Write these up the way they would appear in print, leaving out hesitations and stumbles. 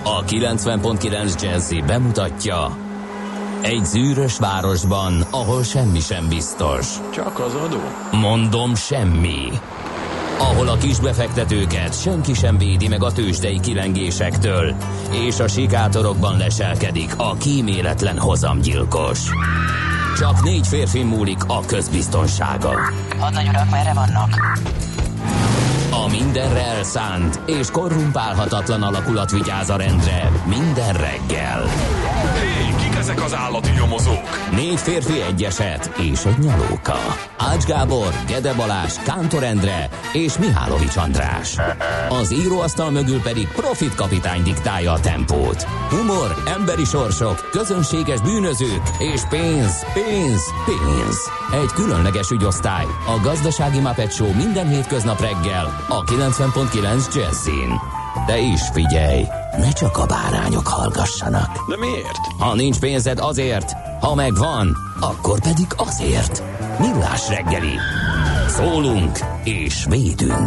A 90.9 Jazzy bemutatja: egy zűrös városban, ahol semmi sem biztos. Csak az adó? Mondom, semmi. Ahol a kisbefektetőket senki sem védi meg a tőzsdei kilengésektől, és a sikátorokban leselkedik a kíméletlen hozamgyilkos. Csak 4 férfi múlik a közbiztonsága. Hadnagy urak, merre vannak? A mindenre elszánt és korrumpálhatatlan alakulat vigyáz a rendre minden reggel. Hé, kik ezek az állati nyomozók? 4 férfi, egy eset és egy nyalóka. Ács Gábor, Gede Balázs, Kántor Endre és Mihálovics András. Az íróasztal mögül pedig Profit kapitány diktálja a tempót. Humor, emberi sorsok, közönséges bűnözők és pénz, pénz, pénz. Egy különleges ügyosztály, a Gazdasági Muppet Show minden hétköznap reggel a 90.9 Jazzin. De is figyelj, ne csak a bárányok hallgassanak. De miért? Ha nincs pénzed, azért, ha megvan, akkor pedig azért. Millás reggeli. Szólunk és védünk.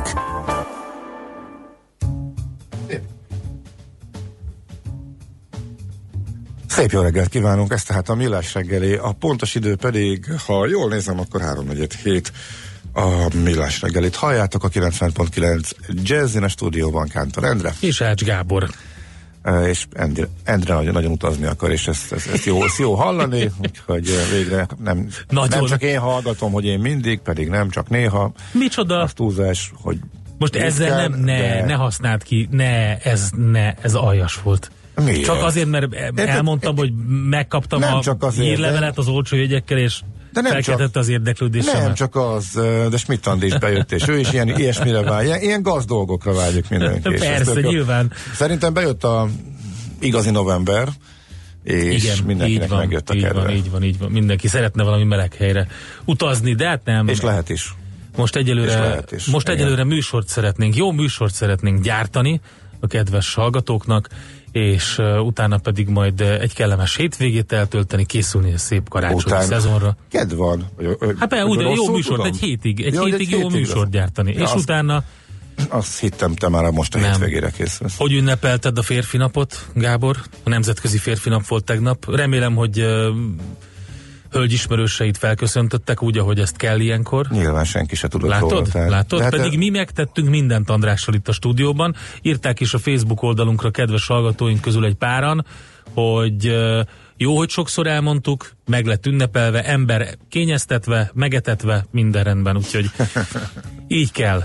Szép jó reggelt kívánunk, ez tehát a Millás reggeli, a pontos idő pedig, ha jól nézem, akkor 3:47 a Millás reggelit. Halljátok a 90.9 Jazzin, a stúdióban Kántor Endre. És Ács Gábor. És Endre nagyon utazni akar, és ezt jó hallani, úgyhogy végre nem csak én hallgatom, hogy én mindig, pedig nem csak néha. Micsoda? Az túlzás, hogy most ezzel ne használd ki, ez aljas volt. Miért? Csak azért, mert elmondtam, hogy megkaptam a hírlevelet az olcsó jegyekkel, és felkeltette az érdeklődésemet. Nem csak az, de Schmidt-Andi is bejött, és ő is ilyesmire vágy, ilyen dolgokra vágyik mindenki. Persze, nyilván. Szerintem bejött a igazi november, és igen, mindenkinek megjött a kedve. Így van. Mindenki szeretne valami meleg helyre utazni, de hát nem. És lehet is. Most egyelőre műsort szeretnénk, jó műsort szeretnénk gyártani a kedves hallgatóknak, és utána pedig majd egy kellemes hétvégét eltölteni, készülni a szép karácsonyi szezonra. Kedv van. Hát jó műsort, egy hétig jó műsort gyártani. És utána... Azt hittem, te már most a hétvégére készülsz. Hogy ünnepelted a férfi napot, Gábor? A Nemzetközi Férfi Nap volt tegnap. Remélem, hogy hölgyismerőseit felköszöntöttek úgy, ahogy ezt kell ilyenkor. Nyilván senki se tudott róla. Látod? Hát pedig mi megtettünk mindent Andrással itt a stúdióban. Írták is a Facebook oldalunkra kedves hallgatóink közül egy páran, hogy jó, hogy sokszor elmondtuk, meg lett ünnepelve, ember kényeztetve, megetetve, minden rendben, úgyhogy így kell.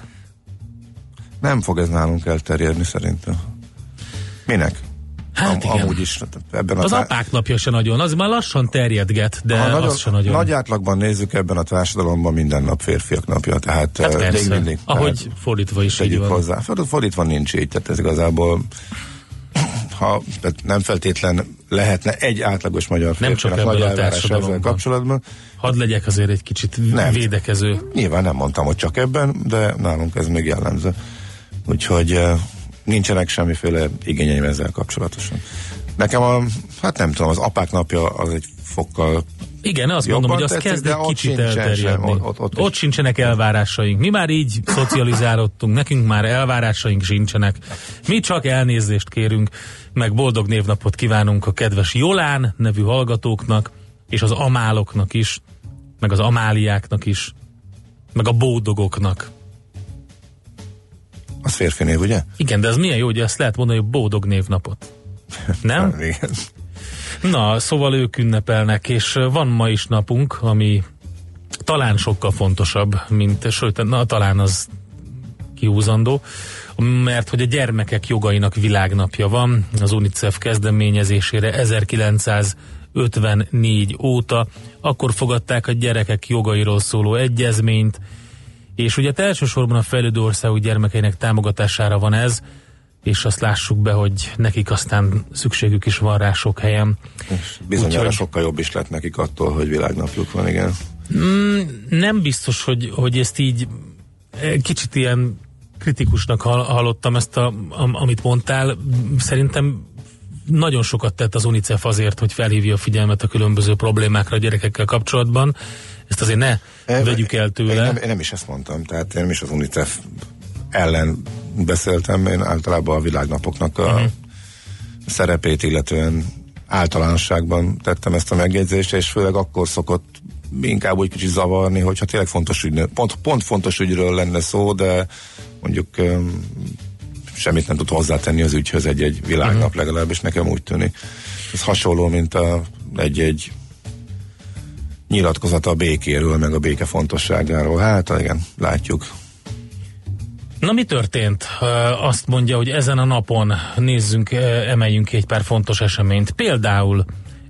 Nem fog ez nálunk elterjedni szerintem. Minek? Hát amúgy is ebben az apák napja se nagyon, az már lassan terjedget, de az se nagyon. Nagy átlagban nézzük, ebben a társadalomban minden nap férfiak napja, tehát hát persze, mindig, ahogy tehát fordítva is így van. Hozzá. Fordítva nincs így, tehát ez igazából nem feltétlen lehetne egy átlagos magyar férfinak nagy elvárás ezzel kapcsolatban. Hadd legyek azért egy kicsit védekező. Nyilván nem mondtam, hogy csak ebben, de nálunk ez még jellemző. Úgyhogy nincsenek semmiféle igényeim ezzel kapcsolatosan. Nekem hát nem tudom, az apák napja az egy fokkal igen, azt mondom, hogy az kezd egy kicsit elterjedni. Ott sincsenek elvárásaink. Mi már így szocializálódtunk, nekünk már elvárásaink sincsenek. Mi csak elnézést kérünk, meg boldog névnapot kívánunk a kedves Jolán nevű hallgatóknak, és az Amáloknak is, meg az Amáliáknak is, meg a Bódogoknak. Az férfi név, ugye? Igen, de ez milyen jó, hogy ezt lehet mondani, hogy boldog névnapot. Nem? Igen. Na, szóval ők ünnepelnek, és van ma is napunk, ami talán sokkal fontosabb, talán az kihúzandó, mert hogy a gyermekek jogainak világnapja van, az UNICEF kezdeményezésére 1954 óta, akkor fogadták a gyerekek jogairól szóló egyezményt, és ugye elsősorban a fejlődő országok gyermekeinek támogatására van ez, és azt lássuk be, hogy nekik aztán szükségük is van rá sok helyen. És bizonyára sokkal jobb is lett nekik attól, hogy világnapjuk van, igen. Nem biztos, hogy ezt így kicsit ilyen kritikusnak hallottam ezt, amit mondtál. Szerintem nagyon sokat tett az UNICEF azért, hogy felhívja a figyelmet a különböző problémákra a gyerekekkel kapcsolatban. Ezt azért ne vegyük el tőle. Én nem is ezt mondtam, tehát én nem is az UNICEF ellen beszéltem, én általában a világnapoknak szerepét, illetően általánosságban tettem ezt a megjegyzést, és főleg akkor szokott inkább úgy kicsit zavarni, hogyha tényleg fontos ügyről, pont fontos ügyről lenne szó, de mondjuk semmit nem tud hozzátenni az ügyhöz egy világnap, legalábbis nekem úgy tűnik. Ez hasonló, mint egy nyilatkozata a békéről, meg a béke fontosságáról. Hát igen, látjuk. Na, mi történt? Azt mondja, hogy ezen a napon emeljünk ki egy pár fontos eseményt. Például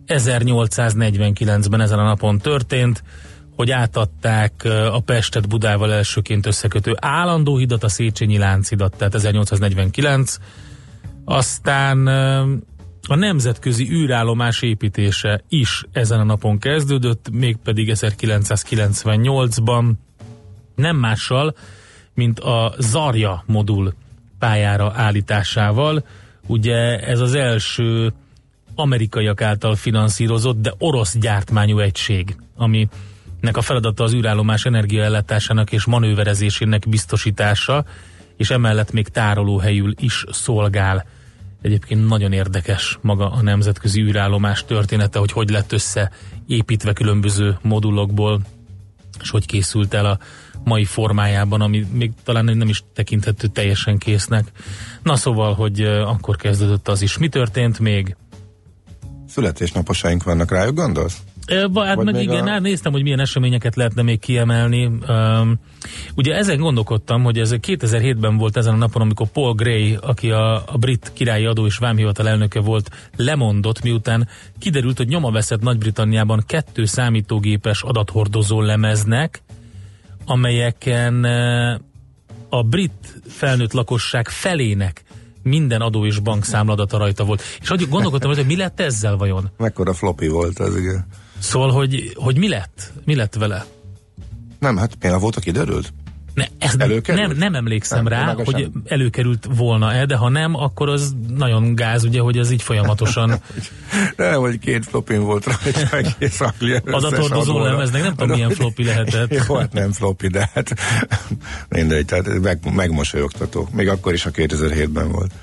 1849-ben ezen a napon történt, hogy átadták a Pestet Budával elsőként összekötő állandó hidat, a Széchenyi Lánchidat, tehát 1849. Aztán a nemzetközi űrállomás építése is ezen a napon kezdődött, mégpedig 1998-ban, nem mással, mint a Zarja modul pályára állításával. Ugye ez az első amerikaiak által finanszírozott, de orosz gyártmányú egység, aminek a feladata az űrállomás energiaellátásának és manőverezésének biztosítása, és emellett még tárolóhelyül is szolgál. Egyébként nagyon érdekes maga a nemzetközi űrállomás története, hogy lett összeépítve különböző modulokból, és hogy készült el a mai formájában, ami még talán nem is tekinthető teljesen késznek. Na szóval, hogy akkor kezdődött az is. Mi történt még? Születésnaposaink vannak, rájuk gondolsz? Hát meg igen, néztem, hogy milyen eseményeket lehetne még kiemelni. Ugye ezen gondolkodtam, hogy ez 2007-ben volt ezen a napon, amikor Paul Gray, aki a brit királyi adó és vámhivatal elnöke volt, lemondott, miután kiderült, hogy nyoma veszett Nagy-Britanniában 2 számítógépes adathordozó lemeznek, amelyeken a brit felnőtt lakosság felének minden adó és bankszámladata rajta volt. És hogy gondolkodtam, hogy mi lett ezzel vajon? Mekkora floppy volt ez, igen. Szóval, hogy mi lett? Mi lett vele? Nem, hát például volt, aki derült? Nem emlékszem rá, hogy előkerült volna-e, de ha nem, akkor az nagyon gáz, ugye, hogy ez így folyamatosan... Nem, hogy 2 floppin volt rajta egész Anglia összes adathordozó lemeznek, nem tudom, milyen floppy lehetett. Jó, hát nem floppy, de hát mindegy, tehát megmosolyogtató. Még akkor is, ha 2007-ben volt.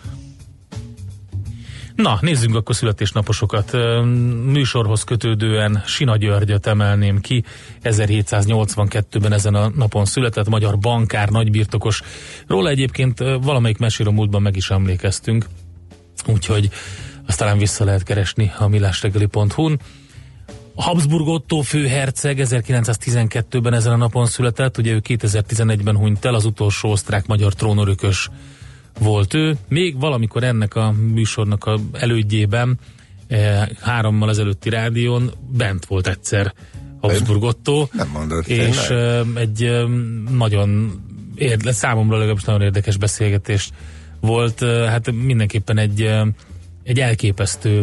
Na, nézzünk akkor születésnaposokat. Műsorhoz kötődően Sina Györgyöt emelném ki. 1782-ben ezen a napon született, magyar bankár, nagybirtokos. Róla egyébként valamelyik mesélő múltban meg is emlékeztünk, úgyhogy azt talán vissza lehet keresni a millásreggeli.hu-n. Habsburg Ottó főherceg 1912-ben ezen a napon született, ugye ő 2011-ben hunyt el, az utolsó osztrák-magyar trónörökös volt ő. Még valamikor ennek a műsornak a elődjében 3-mal ezelőtti rádión bent volt egyszer Habsburg Ottó. Nem mondod, és egy nagyon számomra legalábbis nagyon érdekes beszélgetés volt. Hát mindenképpen egy elképesztő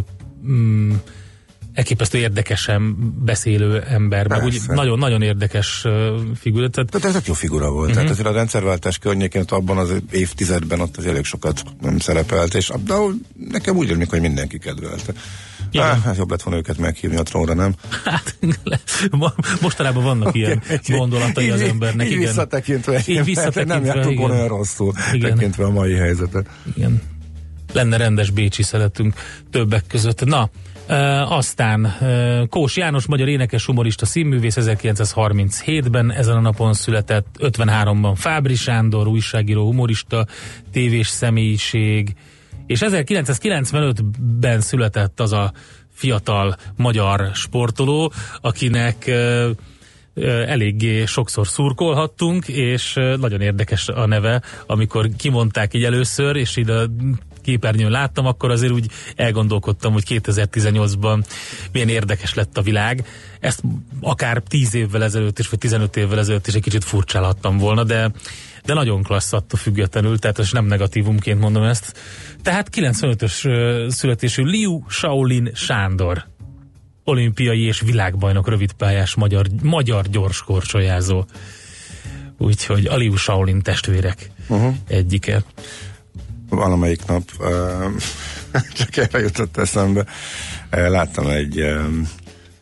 érdekesen beszélő ember, meg úgy nagyon-nagyon érdekes figura. Tehát ez egy jó figura volt. Tehát azért a rendszerváltás környékén abban az évtizedben ott az elég sokat nem szerepelt, és de nekem úgy érnik, hogy mindenki kedvelte. Hát jobb lett volna őket meghívni a trónra, nem? Hát mostanában vannak ilyen gondolatai az embernek. Így visszatekintve nem jártunk volna olyan rosszul, tekintve a mai helyzetet. Igen. Lenne rendes bécsi szeletünk többek között. Na, aztán Kós János, magyar énekes, humorista, színművész, 1937-ben ezen a napon született, 53-ban Fábry Sándor, újságíró, humorista, tévés személyiség, és 1995-ben született az a fiatal magyar sportoló, akinek eléggé sokszor szurkolhattunk, és nagyon érdekes a neve, amikor kimondták így először, és így a képernyőn láttam, akkor azért úgy elgondolkodtam, hogy 2018-ban milyen érdekes lett a világ. Ezt akár 10 évvel ezelőtt is, vagy 15 évvel ezelőtt is egy kicsit furcsálhattam volna, de nagyon klassz attól függetlenül, tehát ez nem negatívumként mondom ezt. Tehát 95-ös születésű Liu Shaolin Sándor, olimpiai és világbajnok rövidpályás magyar gyorskorcsolyázó. Úgyhogy a Liu Shaolin testvérek egyike. Valamelyik nap csak erre jutott eszembe. Láttam egy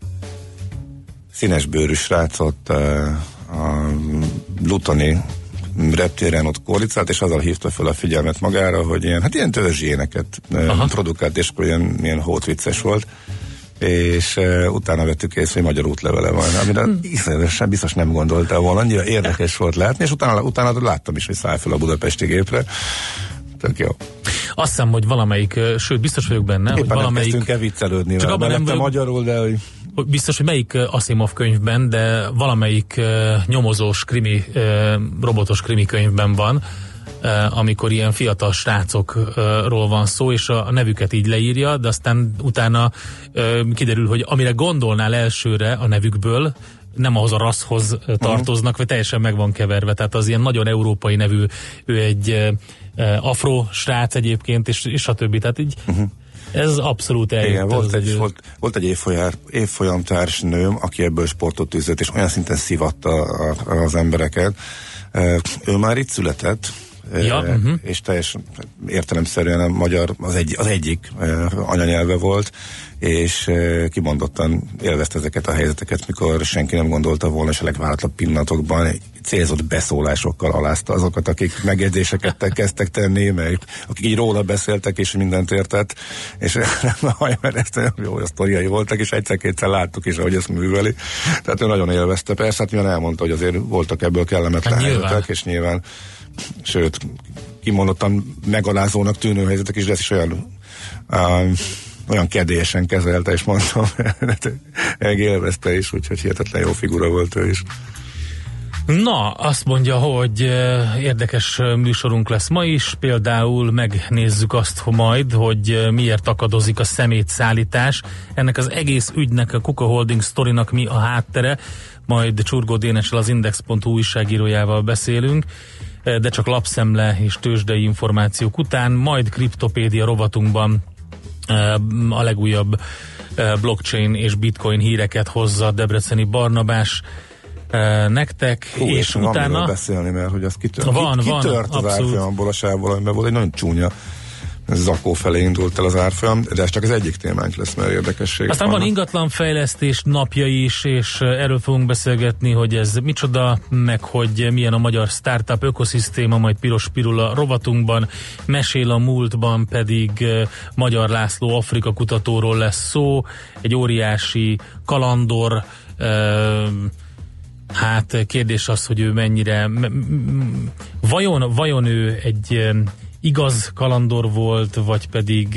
színesbőrű srácot a Lutoni reptéren ott kóricált, és azzal hívta fel a figyelmet magára, hogy ilyen törzsi éneket produkált, és akkor ilyen hótvicces volt. És utána vettük észre, hogy magyar útlevele van, amire sem biztos nem gondoltál volna, annyira érdekes volt látni, és utána láttam is, hogy száll fel a budapesti gépre. Tök jó. Azt hiszem, hogy valamelyik, sőt, biztos vagyok benne, éppen hogy valamelyik... kezdtünk el viccelődni, csak abban nem magyarul, de hogy... Biztos, hogy melyik Asimov könyvben, de valamelyik nyomozós krimi, robotos krimi könyvben van, amikor ilyen fiatal srácokról van szó, és a nevüket így leírja, de aztán utána kiderül, hogy amire gondolnál elsőre a nevükből, nem ahhoz a rasszhoz tartoznak, vagy teljesen meg van keverve. Tehát az ilyen nagyon európai nevű, ő egy afro srác egyébként, és stb. Tehát így ez abszolút eljött. Igen, volt egy évfolyamtárs nőm, aki ebből sportot tűzött, és olyan szinten szivatta az embereket. Ő már itt született, és teljesen értelemszerűen a magyar az egyik anyanyelve volt, és kimondottan élvezte ezeket a helyzeteket, mikor senki nem gondolta volna, és a legváratlanabb pillanatokban célzott beszólásokkal alázta azokat, akik megjegyzéseket kezdtek tenni, meg akik így róla beszéltek, és mindent értett, és ezt jó sztoriai voltak, és egyszer-kétszer láttuk is, ahogy ezt műveli. Tehát ő nagyon élvezte. Persze, hát nyilván elmondta, hogy azért voltak ebből kellemetlen helyzetek, és nyilván sőt, kimondottan megalázónak tűnő helyzetek is, de ez is olyan kedélyesen kezelte, és mondtam, élvezte is, úgyhogy hihetetlen jó figura volt ő is. Na, azt mondja, hogy érdekes műsorunk lesz ma is, például megnézzük azt majd, hogy miért akadozik a szemétszállítás. Ennek az egész ügynek, a Kuka Holding sztorinak mi a háttere, majd Csurgó Dénessel, az Index.hu újságírójával beszélünk, de csak lapszemle és tőzsdei információk után, majd Kriptopédia rovatunkban a legújabb blockchain és bitcoin híreket hozza Debreceni Barnabás nektek, és utána... Van beszélni, mert hogy az kitört az árfolyamból a sávból, amiben volt egy nagyon csúnya zakó felé indult el az árfolyam, de ez csak az egyik témánk lesz, mert érdekesség. Aztán van ingatlanfejlesztés napja is, és erről fogunk beszélgetni, hogy ez micsoda, meg hogy milyen a magyar startup ökoszisztéma, majd Piros Pirula rovatunkban, Mesél a múltban pedig Magyar László Afrika kutatóról lesz szó, egy óriási kalandor, hát kérdés az, hogy ő mennyire vajon ő egy igaz kalandor volt, vagy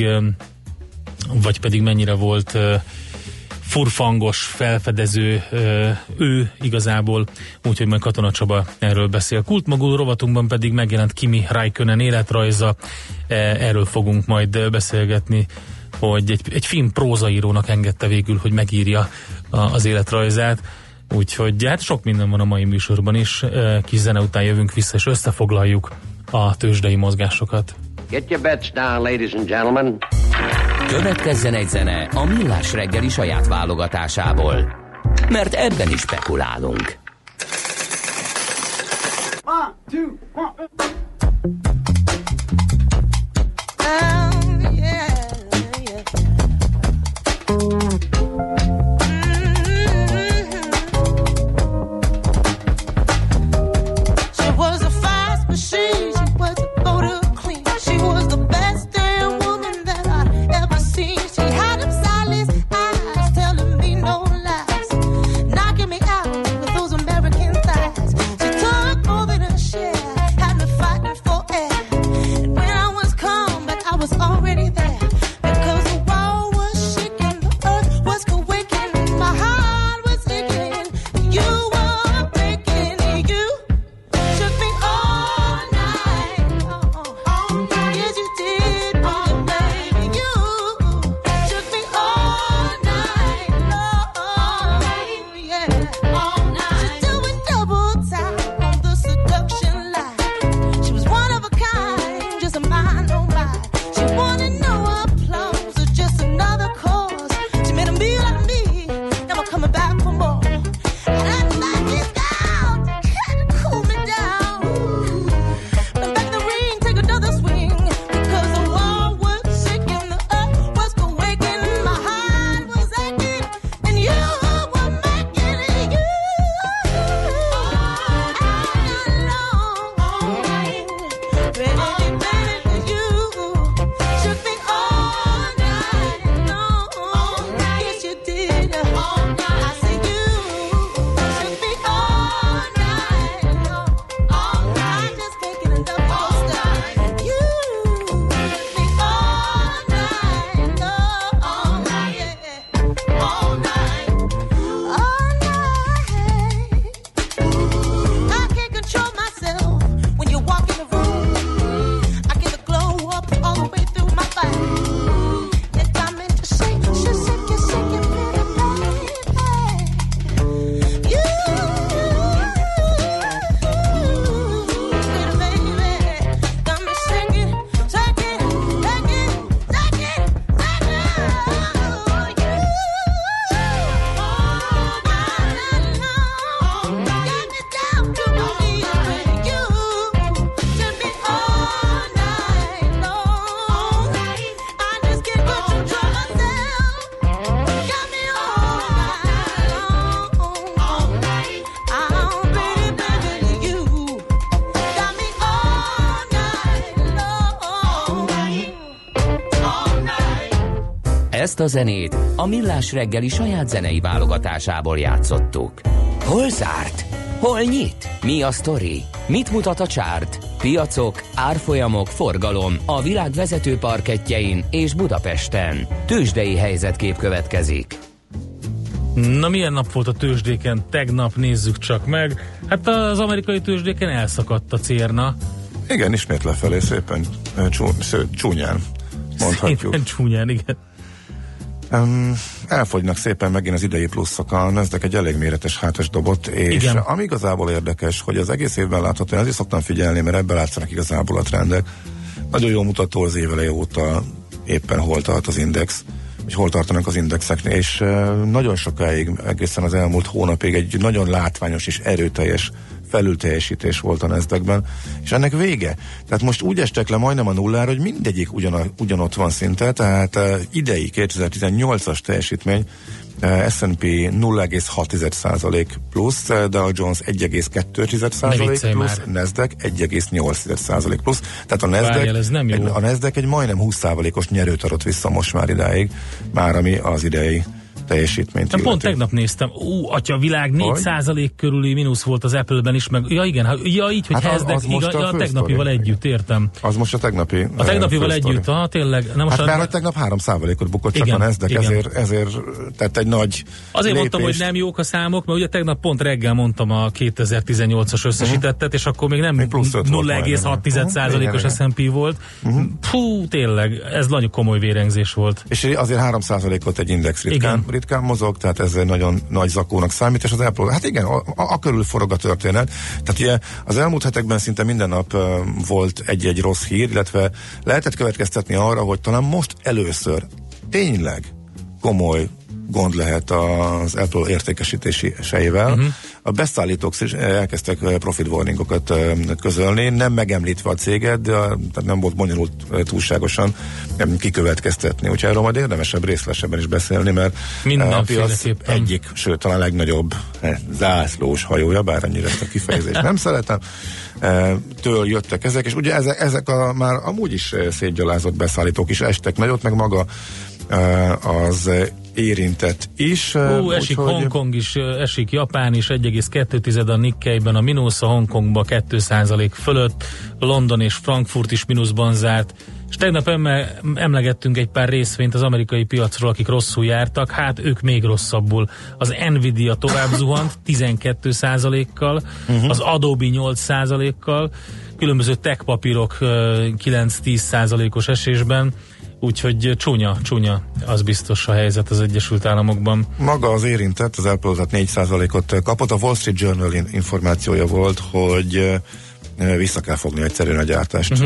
pedig mennyire volt furfangos, felfedező ő igazából, úgyhogy majd Katona Csaba erről beszél. Kultmogul rovatunkban pedig megjelent Kimi Räikkönen életrajza, erről fogunk majd beszélgetni, hogy egy finn prózaírónak engedte végül, hogy megírja az életrajzát, úgyhogy hát sok minden van a mai műsorban is, kis zene után jövünk vissza, és összefoglaljuk a tőzsdei mozgásokat. Get your bets down, ladies and gentlemen. Következzen egy zene a Millás reggeli saját válogatásából, mert ebben is spekulálunk. 1, 2, Ezt a zenét a Millás reggeli saját zenei válogatásából játszottuk. Hol zárt? Hol nyit? Mi a sztori? Mit mutat a csárt? Piacok, árfolyamok, forgalom a világ vezető parkettjein és Budapesten. Tőzsdei helyzetkép következik. Na, milyen nap volt a tőzsdéken tegnap, nézzük csak meg. Hát az amerikai tőzsdéken elszakadt a cérna. Igen, ismét lefelé, szépen csúnyán mondhatjuk. Szépen csúnyán, igen. Elfogynak szépen megint az idei pluszok, a Nasdaq egy elég méretes hátas dobott, és igen. Ami igazából érdekes, hogy az egész évben látható, én azért szoktam figyelni, mert ebben látszanak igazából a trendek. Nagyon jól mutató az éveleje óta éppen hol tart az index, vagy hol tartanak az indexek, és nagyon sokáig, egészen az elmúlt hónapig egy nagyon látványos és erőteljes felülteljesítés volt a Nasdaqben, és ennek vége. Tehát most úgy estek le majdnem a nullára, hogy mindegyik ugyanott van szinte, tehát idei 2018-as teljesítmény S&P 0,6% plusz, Dow Jones 1,2% plusz, Nasdaq 1,8% plusz. Tehát a Nasdaq egy majdnem 20%-os nyerőt adott vissza most már idáig, már ami az idei teljesítményt illeti. Pont tegnap néztem, atya világ 4% körüli mínusz volt az Apple-ben is, meg ja igen, így, hogy hát a tegnapival együtt, értem. Az most a tegnapi a tegnapival együtt, tényleg. Hát már hogy tegnap 3%-ot bukott csak a Nasdaq, ezért tett egy nagy azért mondtam, hogy nem jók a számok, mert ugye tegnap pont reggel mondtam a 2018-as összesítettet, és akkor még nem 0,6%-os S&P volt. Fú, tényleg, ez nagyon komoly vérengzés volt. És azért 3%-ot egy index ritkán mozog, tehát ez egy nagyon nagy zakónak számít, és az Apple, hát igen, a körül forog a történet. Tehát ugye az elmúlt hetekben szinte minden nap volt egy-egy rossz hír, illetve lehetett következtetni arra, hogy talán most először tényleg komoly gond lehet az Apple értékesítéseivel. A beszállítók elkezdtek profit warningokat közölni, nem megemlítve a céget, de tehát nem volt bonyolult túlságosan kikövetkeztetni. Úgyhogy erről majd érdemesebb részletesebben is beszélni, mert a piac egyik, sőt talán legnagyobb zászlós hajója, bár annyira ezt a kifejezést nem szeretem, től jöttek ezek, és ugye ezek már amúgy is szétgyalázott beszállítók is estek nagyot, meg maga az érintett is. Esik Hongkong is, esik Japán is, 1,2 a Nikkeiben a mínusz, a Hongkongban 2% fölött, London és Frankfurt is mínuszban zárt, és tegnap emlegettünk egy pár részvényt az amerikai piacról, akik rosszul jártak, hát ők még rosszabbul. Az Nvidia tovább zuhant 12%-kal, az Adobe 8%-kal, különböző tech papírok 9-10%-os esésben, úgyhogy csúnya, az biztos a helyzet az Egyesült Államokban. Maga az érintett, az Apple 4%-ot kapott, a Wall Street Journal információja volt, hogy vissza kell fogni egyszerűen a gyártást.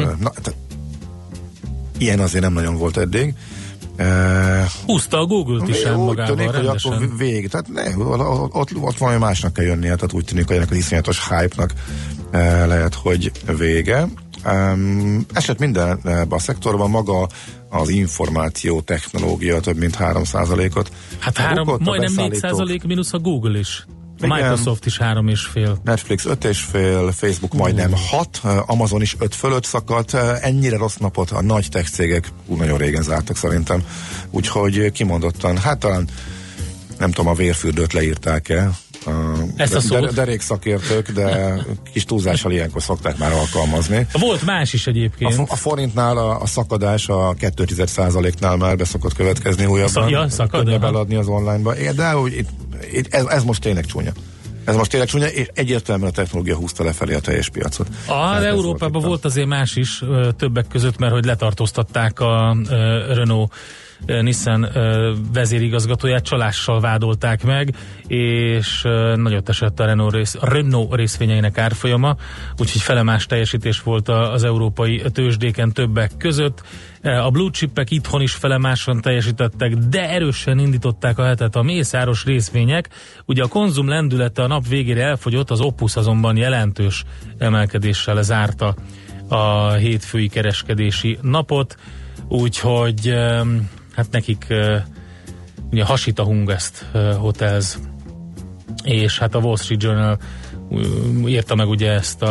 Ilyen azért nem nagyon volt eddig. Húzta a Google-t is el magával tűnik, rendesen. Hogy akkor vég, tehát ott valami másnak kell jönnie, tehát úgy tűnik, hogy ennek az iszonyatos hype-nak lehet, hogy vége. Esett minden a szektorban, maga az információ technológia több mint 3%-ot. Hát majdnem 4% mínusz a Google is. A Microsoft is 3,5. Netflix 5,5, Facebook majdnem 6, Amazon is 5 fölött szakadt. Ennyire rossz napot a nagy tech cégek nagyon régen zártak szerintem. Úgyhogy kimondottan, hát talán nem tudom, a vérfürdőt leírták-e. Ezt a szót. Derék szakértők, de kis túlzással ilyenkor szokták már alkalmazni. Volt más is egyébként. A forintnál a szakadás a 2,1%-nál már beszokott következni újabban. Könnyebb eladni az online-ba. De ez most tényleg csúnya. És egyértelműen a technológia húzta lefelé a teljes piacot. Európában volt azért más is, többek között, mert hogy letartóztatták a Renault Nissan vezérigazgatóját, csalással vádolták meg, és nagyot esett a Renault részvényeinek árfolyama, úgyhogy felemás teljesítés volt az európai tőzsdéken többek között. A blue chipek itthon is felemásan teljesítettek, de erősen indították a hetet a mészáros részvények. Ugye a konzum lendülete a nap végére elfogyott, az Opus azonban jelentős emelkedéssel zárta a hétfői kereskedési napot, úgyhogy hát nekik ugye hasít a Hungest Hotels, és hát a Wall Street Journal írta meg ugye ezt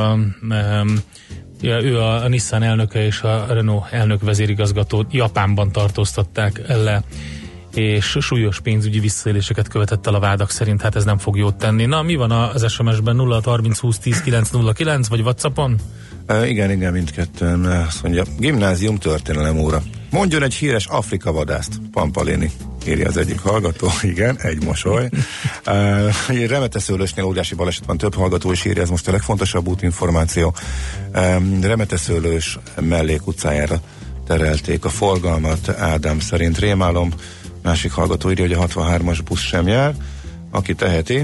ő a Nissan elnöke és a Renault elnök vezérigazgató Japánban tartóztatták le és súlyos pénzügyi visszaéléseket követett el a vádak szerint, hát ez nem fog jót tenni. Na, mi van az SMS-ben? 0-30 20 10 909 vagy WhatsAppon? Igen, mindkettőn. Azt mondja, gimnázium történelem óra. Mondjon egy híres Afrika vadászt, Pampalini, írja az egyik hallgató. Igen, egy mosoly. Remeteszőlősnél óriási baleset van, több hallgató is írja, ez most a legfontosabb útinformáció. Remeteszőlős mellékutcájára terelték a forgalmat, Ádám szerint. Rémálom, másik hallgató írja, hogy a 63-as busz sem jár. Aki teheti,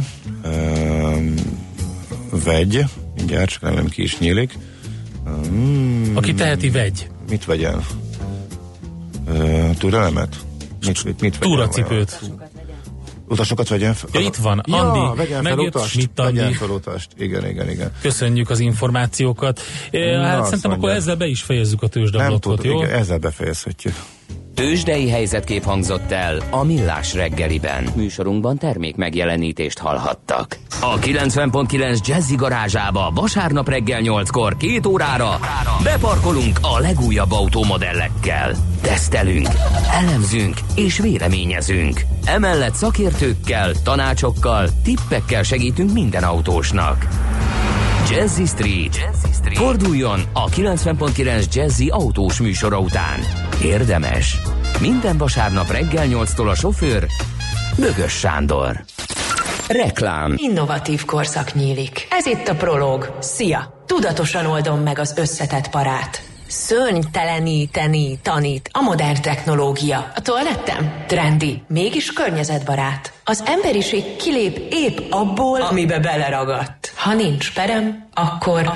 vegy, mindjárt, csak nem ki is nyílik. Aki teheti, vegy. Mit vegyen? Türelemet? Mit túracipőt. Utasokat vegyen fel? Ja, itt van, Andi. Vegyen fel utast. Vegyen fel utast. Igen. Köszönjük az információkat. Hát szerintem akkor ezzel be is fejezzük a tőzsdeblokot, jó? Igen, ezzel befejezhetjük. Tőzsdei helyzetkép hangzott el a Millás reggeliben. Műsorunkban termék megjelenítést hallhattak. A 90.9 Jazzy garázsába vasárnap reggel 8-kor 2 órára beparkolunk a legújabb automodellekkel. Tesztelünk, elemzünk és véleményezünk. Emellett szakértőkkel, tanácsokkal, tippekkel segítünk minden autósnak. Jazzy Street. Forduljon a 90.9 Jazzy autós műsora után. Érdemes. Minden vasárnap reggel 8-tól a sofőr Bögös Sándor. Reklám. Innovatív korszak nyílik. Ez itt a Prolog. Szia! Tudatosan oldom meg az összetett parát. Szörnyteleníteni tanít a modern technológia. A toalettem trendi, mégis környezetbarát. Az emberiség kilép épp abból, amibe beleragadt. Ha nincs perem, akkor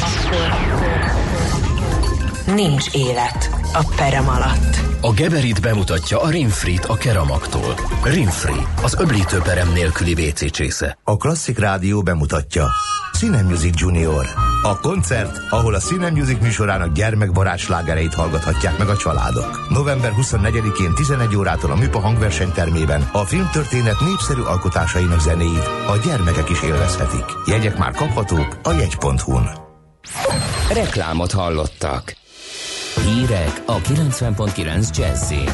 nincs élet a perem alatt. A Geberit bemutatja a Rinfrit a Keramaktól. Rinfri, az öblítőperem nélküli WC csésze. A Klasszik Rádió bemutatja Cine Music Junior. A koncert, ahol a Cine Music műsorának gyermekbarát slágereit hallgathatják meg a családok. November 24-én 11 órától a Műpa hangversenytermében a filmtörténet népszerű alkotásainak zenéit a gyermekek is élvezhetik. Jegyek már kaphatók a jegy.hu-n. Reklámot hallottak. Hírek a 90.9 Jazzyn.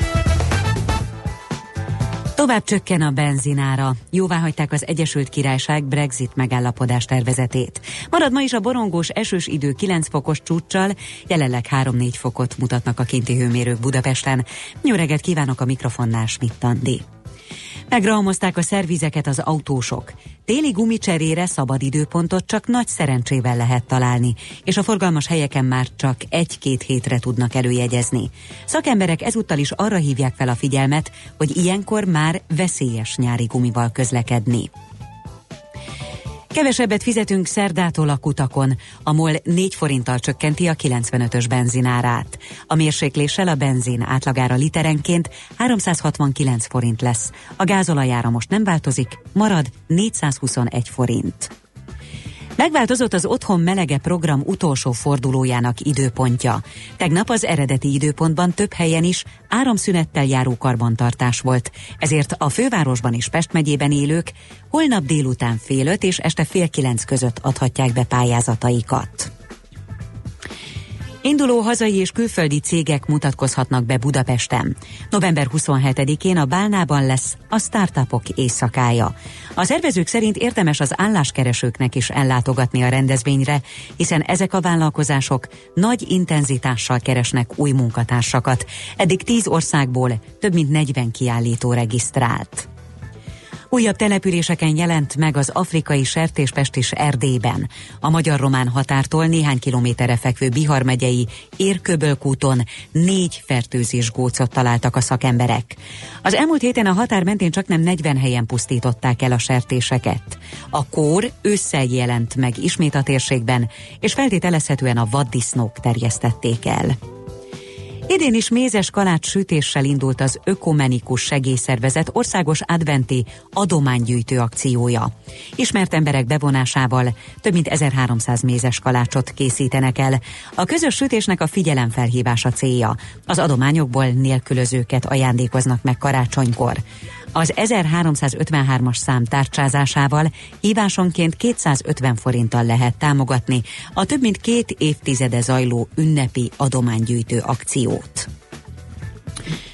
Tovább csökken a benzinára. Jóváhagyták az Egyesült Királyság Brexit megállapodás tervezetét. Marad ma is a borongós esős idő 9 fokos csúccsal, jelenleg 3-4 fokot mutatnak a kinti hőmérők Budapesten. Jó reggelt kívánok, a mikrofonnál Schmidt Andi. Megrahamozták a szervizeket az autósok. Téli gumicserére szabad időpontot csak nagy szerencsével lehet találni, és a forgalmas helyeken már csak 1-2 hétre tudnak előjegyezni. Szakemberek ezúttal is arra hívják fel a figyelmet, hogy ilyenkor már veszélyes nyári gumival közlekedni. Kevesebbet fizetünk szerdától a kutakon. A MOL 4 forinttal csökkenti a 95-ös benzinárát. A mérsékléssel a benzin átlagára literenként 369 forint lesz. A gázolajára most nem változik, marad 421 forint. Megváltozott az Otthon Melege program utolsó fordulójának időpontja. Tegnap az eredeti időpontban több helyen is áramszünettel járó karbantartás volt, ezért a fővárosban és Pest megyében élők holnap délután 8:30 és este 8:30 között adhatják be pályázataikat. Induló hazai és külföldi cégek mutatkozhatnak be Budapesten. November 27-én a Bálnában lesz a startupok éjszakája. A szervezők szerint érdemes az álláskeresőknek is ellátogatni a rendezvényre, hiszen ezek a vállalkozások nagy intenzitással keresnek új munkatársakat. Eddig 10 országból több mint 40 kiállító regisztrált. Újabb településeken jelent meg az afrikai sertéspest is Erdélyben. A magyar-román határtól néhány kilométerre fekvő Bihar megyei Érköbölkúton 4 fertőzés gócot találtak a szakemberek. Az elmúlt héten a határ mentén csaknem 40 helyen pusztították el a sertéseket. A kór ősszel jelent meg ismét a térségben, és feltételezhetően a vaddisznók terjesztették el. Idén is mézes kalács sütéssel indult az Ökumenikus Segélyszervezet országos adventi adománygyűjtő akciója. Ismert emberek bevonásával több mint 1300 mézes kalácsot készítenek el. A közös sütésnek a figyelemfelhívása célja. Az adományokból nélkülözőket ajándékoznak meg karácsonykor. Az 1353-as szám tárcsázásával hívásonként 250 forinttal lehet támogatni a több mint 2 évtizede zajló ünnepi adománygyűjtő akciót.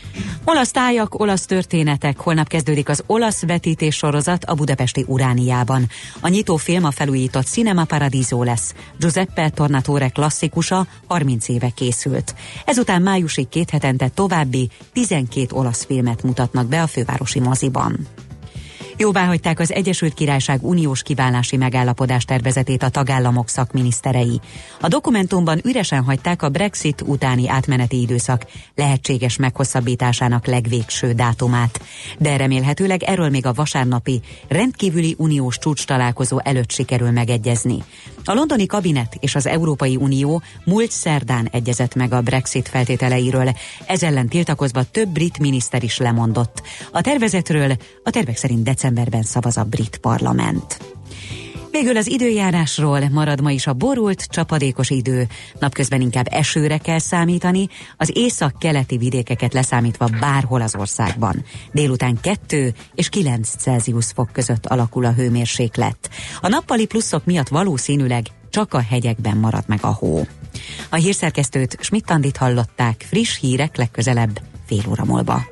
Olasz tájak, olasz történetek. Holnap kezdődik az olasz vetítés sorozat a budapesti Urániában. A nyitófilm a felújított Cinema Paradiso lesz. Giuseppe Tornatore klasszikusa 30 éve készült. Ezután májusig 2 hetente további 12 olasz filmet mutatnak be a fővárosi moziban. Jóváhagyták az Egyesült Királyság uniós kiválási megállapodás tervezetét a tagállamok szakminiszterei. A dokumentumban üresen hagyták a Brexit utáni átmeneti időszak lehetséges meghosszabbításának legvégső dátumát. De remélhetőleg erről még a vasárnapi rendkívüli uniós csúcstalálkozó előtt sikerül megegyezni. A londoni kabinet és az Európai Unió múlt szerdán egyezett meg a Brexit feltételeiről. Ez ellen tiltakozva több brit miniszter is lemondott. A tervezetről a tervek szerint decemberben szavaz a brit parlament. Végül az időjárásról. Marad ma is a borult, csapadékos idő. Napközben inkább esőre kell számítani, az észak-keleti vidékeket leszámítva bárhol az országban. Délután 2 és 9 Celsius fok között alakul a hőmérséklet. A nappali pluszok miatt valószínűleg csak a hegyekben marad meg a hó. A hírszerkesztőt, Schmidt-Andit hallották, friss hírek legközelebb fél óra múlva.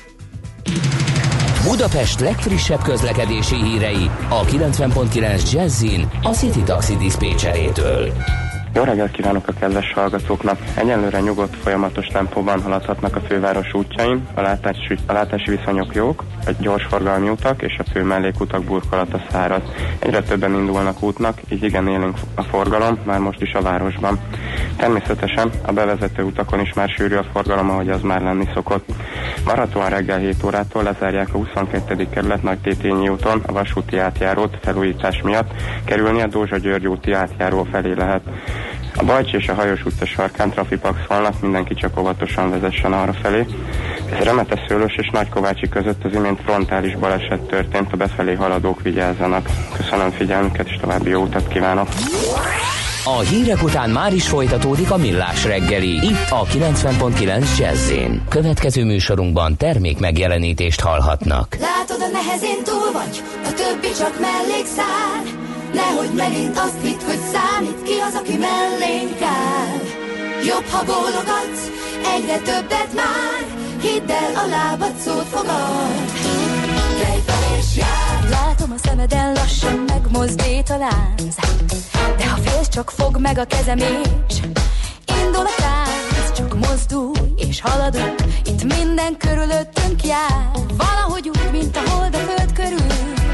Budapest legfrissebb közlekedési hírei a 90.9 Jazzin a City Taxi diszpécserétől. Jó reggelt kívánok a kedves hallgatóknak! Egyenlőre nyugodt, folyamatos tempóban haladhatnak a főváros útjain, a látási viszonyok jók, a gyorsforgalmi utak és a fő mellékutak burkolata száraz. Egyre többen indulnak útnak, így igen élénk a forgalom, már most is a városban. Természetesen a bevezető utakon is már sűrű a forgalom, ahogy az már lenni szokott. Várhatóan reggel 7 órától lezárják a 22. kerület Nagy Tétényi úton a vasúti átjárót felújítás miatt, kerülni a Dózsa-György úti átjáró felé lehet. A Bajcsi és a Hajós utca sarkán trafipax vannak, mindenki csak óvatosan vezessen arra felé. Ez Remete-Szőlős és Nagykovácsi között az imént frontális baleset történt, a befelé haladók vigyázzanak. Köszönöm figyelmüket, és további jó utat kívánok! A hírek után már is folytatódik a Millás reggeli, itt a 90.9 Jazz-én. Következő műsorunkban termék megjelenítést hallhatnak. Látod, a nehezén túl vagy, a többi csak mellékszál. Nehogy megint azt hidd, hogy számít, ki az, aki mellénk áll. Jobb, ha bólogatsz, egyre többet már, hidd el, a lábad szót fogad. Kelj fel és jár. Látom a szemeden lassan megmozdít a lánc, de ha félsz, csak fogd meg a kezem és indul a tánc. Csak mozdulj és haladunk, itt minden körülöttünk jár. Valahogy úgy, mint a hold a föld körül.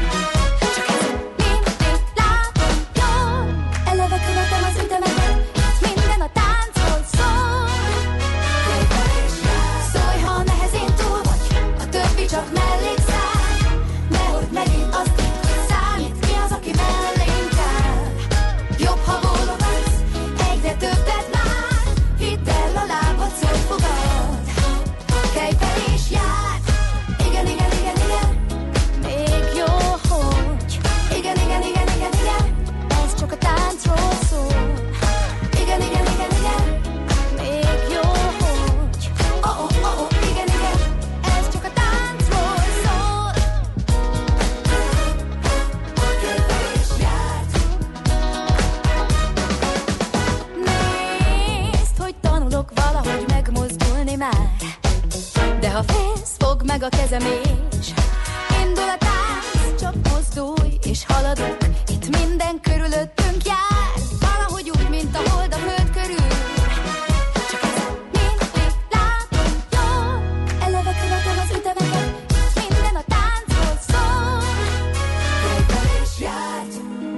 De ha félsz, fogd meg a kezem és indul a tánc. Csak mozdulj és haladunk, itt minden körülöttünk jár. Valahogy úgy, mint a hold a föld körül. Csak ezt mindig látom jól. Eleve követem az ütemeket, minden a táncról szól. Kelj és járt.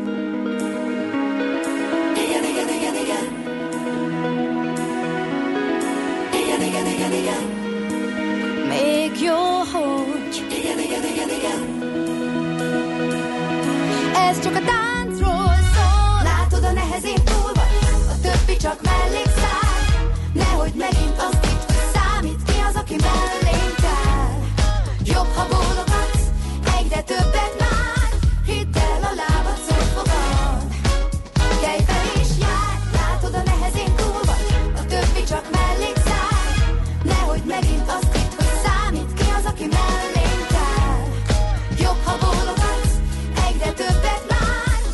Igen, igen, igen, igen. Igen, igen, igen, igen. Még jó, hogy igen, igen, igen, igen. Ez csak a táncról szól. Látod, a nehezén túl vagy, a többi csak mellékszál. Nehogy megint azt hidd, hogy számít, ki az, aki mellénk áll. Jobb, ha bólogatsz, egyre többet már, hidd el, a lábad szót fogad. Kelj fel és jár, látod, a nehezén túl vagy, a többi csak mellékszál. Nehogy megint azt hidd, hogy számít, ki az, aki mellénk áll. Jobb, ha bólogatsz, egyre többet már,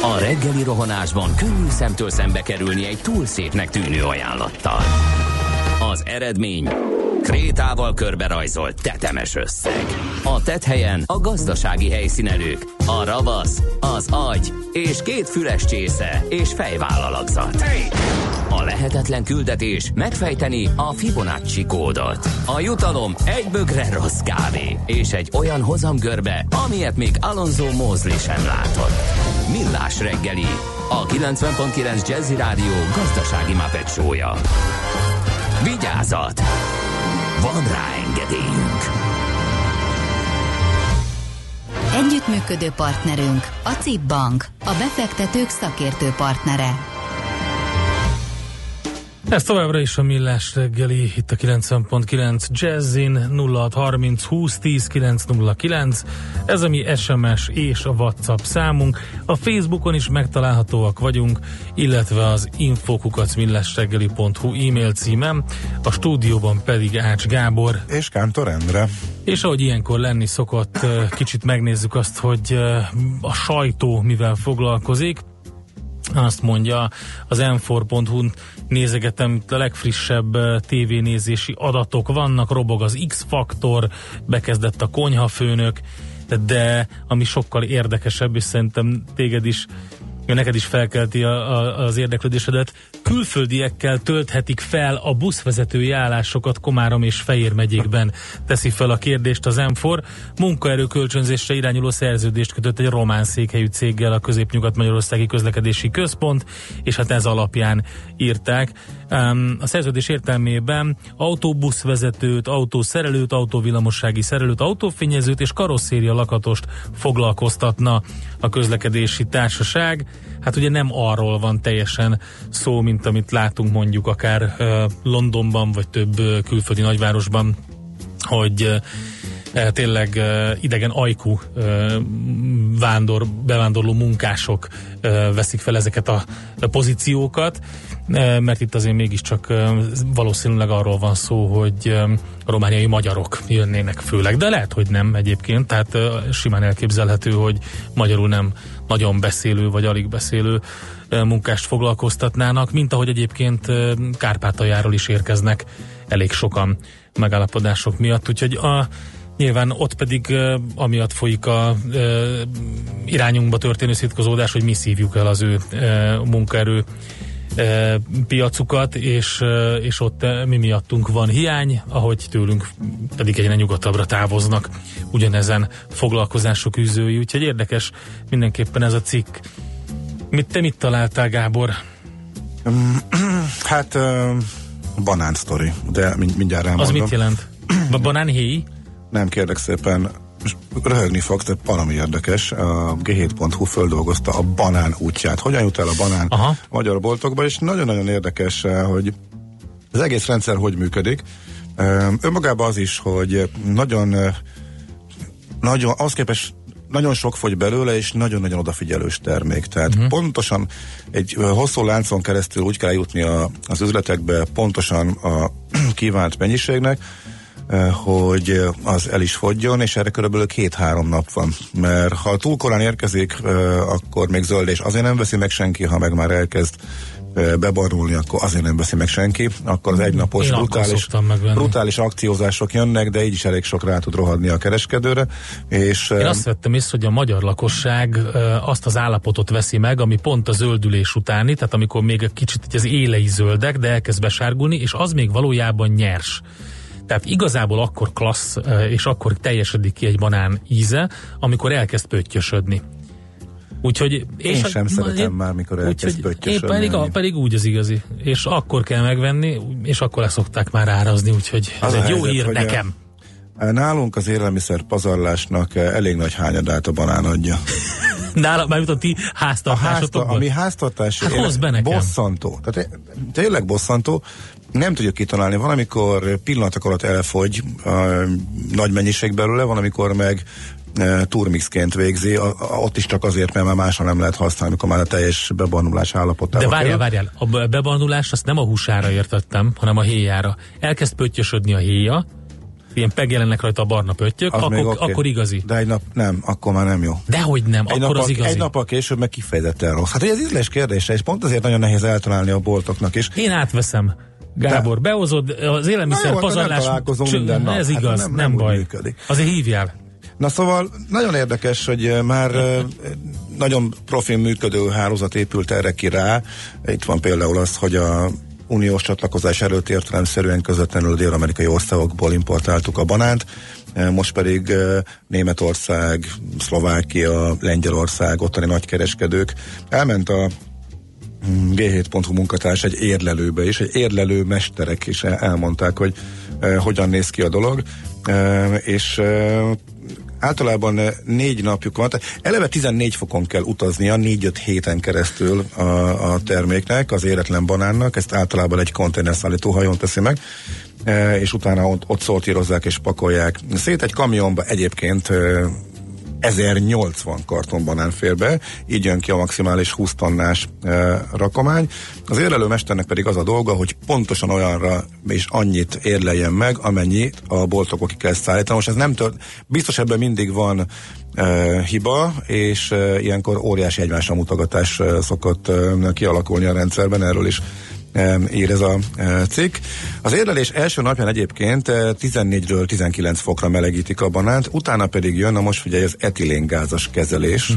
A reggeli rohanásban könnyű szemtől szembe kerülni egy túl szépnek tűnő ajánlattal. Az eredmény krétával körberajzolt tetemes összeg. A tetthelyen a gazdasági helyszínelők, a ravasz, az agy és 2 füles csésze és fejvállalakzat. A lehetetlen küldetés megfejteni a Fibonacci kódot. A jutalom egy bögre rossz kávé és egy olyan hozamgörbe, amilyet még Alonso Mosley sem látott. Millás reggeli, a 90.9 Jazzy Rádió gazdasági Muppet show-ja. Vigyázat! Van rá engedélyünk! Együttműködő partnerünk a CIP Bank, a befektetők szakértő partnere. Ez továbbra is a Millás reggeli, itt a 90.9 Jazzin, 0630 20 10 909. Ez a mi SMS és a WhatsApp számunk. A Facebookon is megtalálhatóak vagyunk, illetve az info@millásreggeli.hu e-mail címem, a stúdióban pedig Ács Gábor és Kántor Endre. És ahogy ilyenkor lenni szokott, kicsit megnézzük azt, hogy a sajtó mivel foglalkozik. Azt mondja, az m4.hu-n nézegetem, a legfrissebb tévénézési adatok vannak, robog az X-faktor, bekezdett a konyhafőnök, de ami sokkal érdekesebb, és szerintem neked is felkelti az érdeklődésedet, külföldiekkel tölthetik fel a buszvezetői állásokat Komárom és Fejér megyékben, teszi fel a kérdést az M4. Munkaerőkölcsönzésre irányuló szerződést kötött egy román székhelyű céggel a Közép-Nyugat-Magyarországi Közlekedési Központ, és hát ez alapján írták. A szerződés értelmében autóbuszvezetőt, autószerelőt, autóvillamossági szerelőt, autófényezőt és karosszéria lakatost foglalkoztatna a közlekedési társaság. Hát ugye nem arról van teljesen szó, mint amit látunk mondjuk akár Londonban, vagy több külföldi nagyvárosban, hogy tényleg idegen ajkú bevándorló munkások veszik fel ezeket a pozíciókat, mert itt azért mégiscsak valószínűleg arról van szó, hogy a romániai magyarok jönnének főleg, de lehet, hogy nem egyébként, tehát simán elképzelhető, hogy magyarul nem nagyon beszélő vagy alig beszélő munkást foglalkoztatnának, mint ahogy egyébként Kárpátaljáról is érkeznek elég sokan megállapodások miatt, úgyhogy nyilván ott pedig amiatt folyik a irányunkba történő szitkozódás, hogy mi szívjuk el az ő munkaerő piacukat, és ott mi miattunk van hiány, ahogy tőlünk pedig egyre nyugatabbra távoznak ugyanezen foglalkozások űzői, úgyhogy érdekes mindenképpen ez a cikk. Te mit találtál, Gábor? Hát banán sztori, de mindjárt elmondom. Az mit jelent? Banánhéj? Nem, kérlek szépen, röhögni fogsz, de valami érdekes. A G7.hu földolgozta a banán útját. Hogyan jut el a banán a magyar boltokba, és nagyon-nagyon érdekes, hogy az egész rendszer hogy működik. Önmagában az is, hogy nagyon ahhoz képest nagyon sok fogy belőle, és nagyon-nagyon odafigyelős termék. Tehát pontosan egy hosszú láncon keresztül úgy kell jutni az üzletekbe pontosan a kívánt mennyiségnek, hogy az el is fogjon, és erre körülbelül 2-3 nap van. Mert ha túl korán érkezik, akkor még zöld, és azért nem veszi meg senki, ha meg már elkezd bebarulni, akkor azért nem veszi meg senki, akkor az egynapos brutális akciózások jönnek, de így is elég sok rá tud rohadni a kereskedőre. És én azt vettem észre, hogy a magyar lakosság azt az állapotot veszi meg, ami pont a zöldülés utáni, tehát amikor még egy kicsit az élei zöldek, de elkezd besárgulni, és az még valójában nyers. Tehát igazából akkor klassz, és akkor teljesedik ki egy banán íze, amikor elkezd pöttyösödni. Úgyhogy, én sem szeretem már, mikor elkezd pöttyösödni. Pedig úgy az igazi. És akkor kell megvenni, és akkor le szokták már árazni, úgyhogy ez egy jó hír nekem. Nálunk az élelmiszer pazarlásnak elég nagy hányadát a banán adja. Nálam már a ti háztartásotokban? A mi háztartás bosszantó. Tehát tényleg bosszantó. Nem tudjuk kitalálni. Van, amikor pillanatok alatt elfogy nagy mennyiség belőle, van, amikor meg turmixként végzi, ott is csak azért, mert már másra nem lehet használni, amikor már a teljes bebarnulás állapotában. De várjál, a bebarnulást azt nem a húsára értettem, hanem a héjára. Elkezd pöttyösödni a héja, ilyen megjelennek rajta a barna pöttyök, akkor igazi. De egy nap nem, akkor már nem jó. Dehogy nem, akkor az igazi. Egy nappal később meg kifejezetten rossz. Hát ez ízlés kérdése, és pont azért nagyon nehéz eltalálni a boltoknak is. Én átveszem. Gábor, behozod az élelmiszer pazarlás. Ez igaz, nem baj. Működik. Azért hívjál. Na szóval nagyon érdekes, hogy már nagyon profin működő hálózat épült erre ki rá. Itt van például az, hogy a uniós csatlakozás előtt értelemszerűen közvetlenül dél-amerikai országokból importáltuk a banánt, most pedig Németország, Szlovákia, Lengyelország, ottani nagykereskedők. Elment a G7.hu munkatárs egy érlelőbe is, egy érlelő mesterek is elmondták, hogy hogyan néz ki a dolog, és általában 4 napjuk van, tehát eleve 14 fokon kell utaznia 4-5 héten keresztül a terméknek, az éretlen banánnak, ezt általában egy konténerszállító hajón teszi meg, és utána ott szortírozzák és pakolják szét. Egy kamionba egyébként 1080 karton banán fér be, így jön ki a maximális 20 tonnás rakomány. Az érlelőmesternek pedig az a dolga, hogy pontosan olyanra és annyit érleljen meg, amennyit a boltokba ki kell szállítani. Most ez nem biztos ebben mindig van hiba, és ilyenkor óriási egymásra mutogatás szokott kialakulni a rendszerben, erről is ír ez a cikk. Az érlelés első napján egyébként 14-ről 19 fokra melegítik a banánt, utána pedig jön, na most figyelj, az etiléngázas kezelés.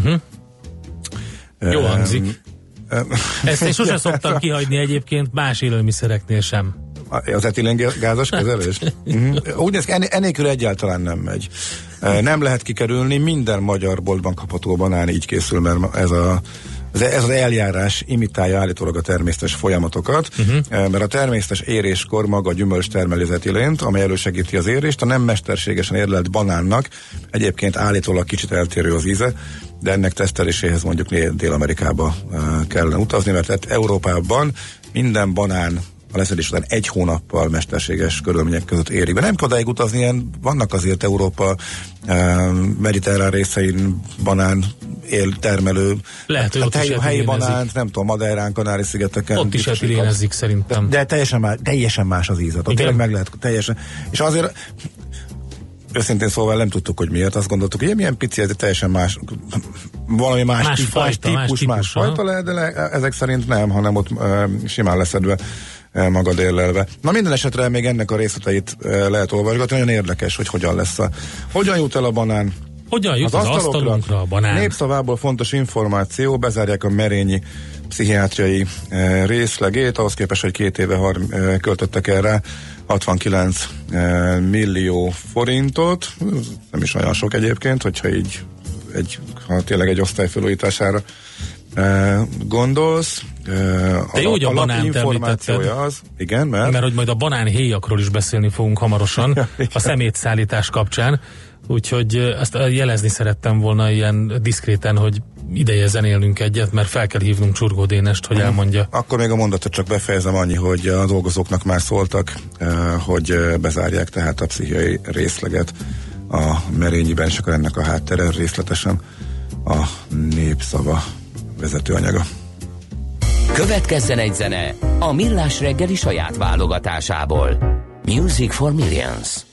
Jó hangzik. Ezt én sosem szoktam kihagyni egyébként más élelmiszereknél sem. Az etiléngázas kezelés? Úgy néz ki, ennélkül egyáltalán nem megy. Nem lehet kikerülni, minden magyar boltban kapható banán így készül, mert ez az eljárás imitálja állítólag a természetes folyamatokat, mert a természetes éréskor maga a gyümölcs termeli az etilént, amely elősegíti az érést. A nem mesterségesen érlelt banánnak egyébként állítólag kicsit eltérő az íze, de ennek teszteléséhez mondjuk Dél-Amerikába kellene utazni, mert Európában minden banán a leszedés után 1 hónappal mesterséges körülmények között érik. De nem kell odáig utazni, ilyen vannak azért Európa mediterrán részein banán termelő. Lehet, hogy ott is helyi banánt, nem tudom, Madeirán, Kanári-szigeteken. Ott is etilénezik szerintem. De teljesen más az ízat. Ott tényleg meg lehet teljesen. És azért őszintén szóval nem tudtuk, hogy miért. Azt gondoltuk, hogy milyen pici, ez teljesen más, valami más fajta lehet, de ezek szerint nem, hanem ott simán leszedve, magad érlelve. Na minden esetre még ennek a részleteit lehet olvasgatni, nagyon érdekes, hogy hogyan jut el a banán. Hogyan jut az asztalunkra a banán? Népszavából fontos információ, bezárják a merényi pszichiátriai részlegét, ahhoz képest, hogy 2 éve költöttek erre 69 millió forintot, nem is olyan sok egyébként, hogyha így ha tényleg egy osztály felújítására gondolsz. De jó, hogy a banánt említetted. Igen, mert hogy majd a banánhéjakról is beszélni fogunk hamarosan a szemétszállítás kapcsán, úgyhogy ezt jelezni szerettem volna ilyen diszkréten, hogy ideje zenélnünk egyet, mert fel kell hívnunk Csurgó Dénest, hogy elmondja. Akkor még a mondatot csak befejezem, annyi, hogy a dolgozóknak már szóltak, hogy bezárják tehát a pszichiai részleget a merényiben, és akkor ennek a háttere részletesen a Népszava vezetőanyaga. Következzen egy zene a Millás reggeli saját válogatásából. Music for Millions.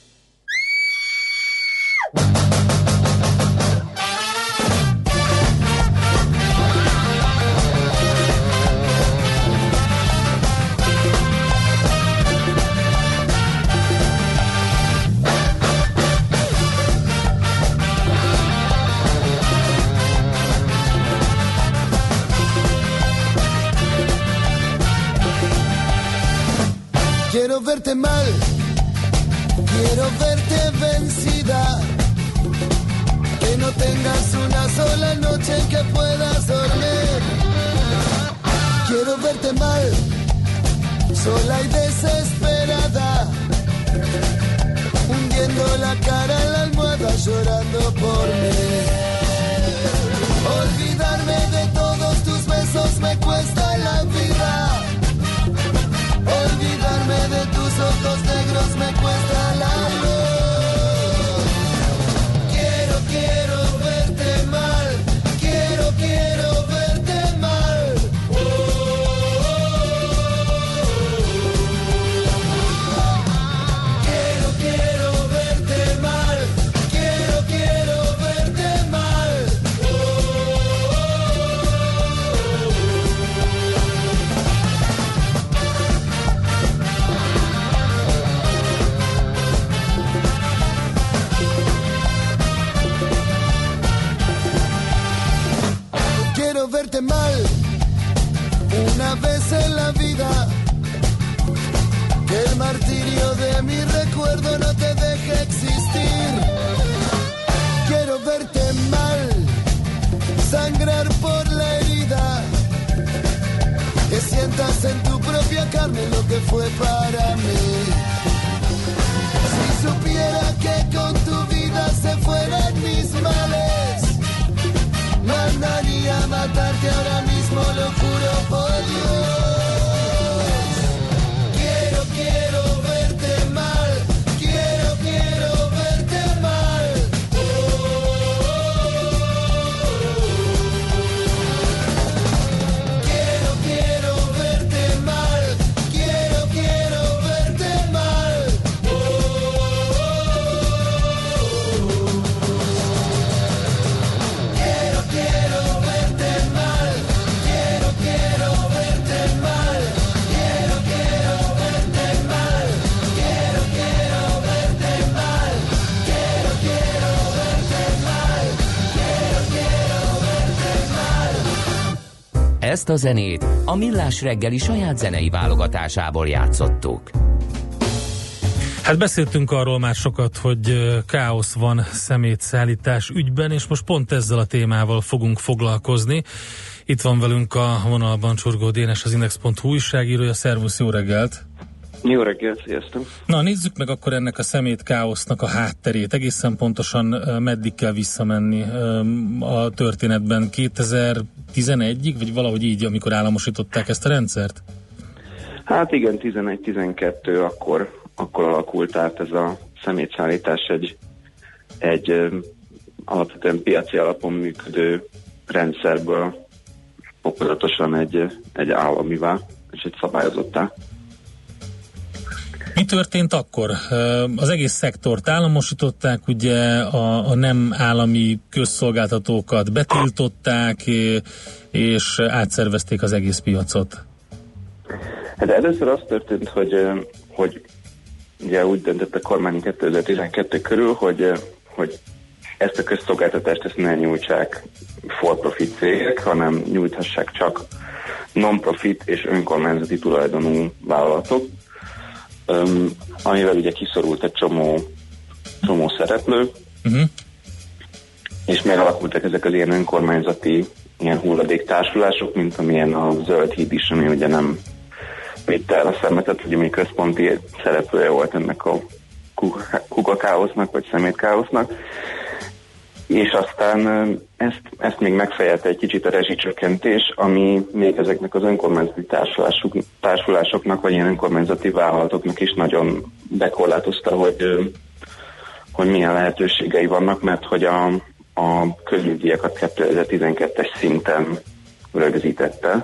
Quiero verte mal, quiero verte vencida, que no tengas una sola noche en que puedas dormir. Quiero verte mal, sola y desesperada, hundiendo la cara en la almohada llorando por mí. Olvidarme de todos tus besos me cuesta la vida. Olvidarme de tus ojos negros me cuesta la luz. Quiero verte mal. Quiero verte mal. Quiero verte verte mal una vez en la vida, que el martirio de mi recuerdo no te deje existir. Quiero verte mal, sangrar por la herida, que sientas en tu propia carne lo que fue para mí. Si supiera que con tu vida se fueran mis males, mandaría a matarte ahora mismo, lo juro por Dios. Quiero verte mal, quiero verte mal. Quiero verte mal, quiero verte mal. Quiero verte mal, quiero verte mal. Quiero verte mal, quiero verte mal. Quiero verte mal, quiero verte mal. Ezt a zenét a Millás reggeli saját zenei válogatásából játszottuk. Hát beszéltünk arról már sokat, hogy káosz van szemétszállítás ügyben, és most pont ezzel a témával fogunk foglalkozni. Itt van velünk a vonalban Csurgó Dénes, az Index.hu újságírója. Szervusz, jó reggelt! Jó reggelt, sziasztok! Na, nézzük meg akkor ennek a szemétkáosznak a hátterét. Egészen pontosan meddig kell visszamenni a történetben? 2011-ig, vagy valahogy így, amikor államosították ezt a rendszert? Hát igen, 11-12 akkor alakult át ez a szemétszállítás egy alapvetően piaci alapon működő rendszerből fokozatosan egy államivá és egy szabályozottá. Mi történt akkor? Az egész szektort államosították, ugye a nem állami közszolgáltatókat betiltották, és átszervezték az egész piacot. Hát először az történt, hogy ugye úgy döntött a kormány 2012 körül, hogy ezt a közszolgáltatást ezt ne nyújtsák for-profit cégek, hanem nyújthassák csak non-profit és önkormányzati tulajdonú vállalatok, amivel ugye kiszorult egy csomó szereplő, és megalakultak ezek az ilyen önkormányzati ilyen hulladéktársulások, mint amilyen a Zöld Híd is, ami ugye nem vitte el a szemetet, hogy mi központi szereplője volt ennek a kukakáosznak, vagy szemétkáosznak. És aztán ezt még megfejelte egy kicsit a rezsicsökkentés, ami még ezeknek az önkormányzati társulásoknak, vagy ilyen önkormányzati vállalatoknak is nagyon bekorlátozta, hogy milyen lehetőségei vannak, mert hogy a közügydíjakat 2012-es szinten rögzítette.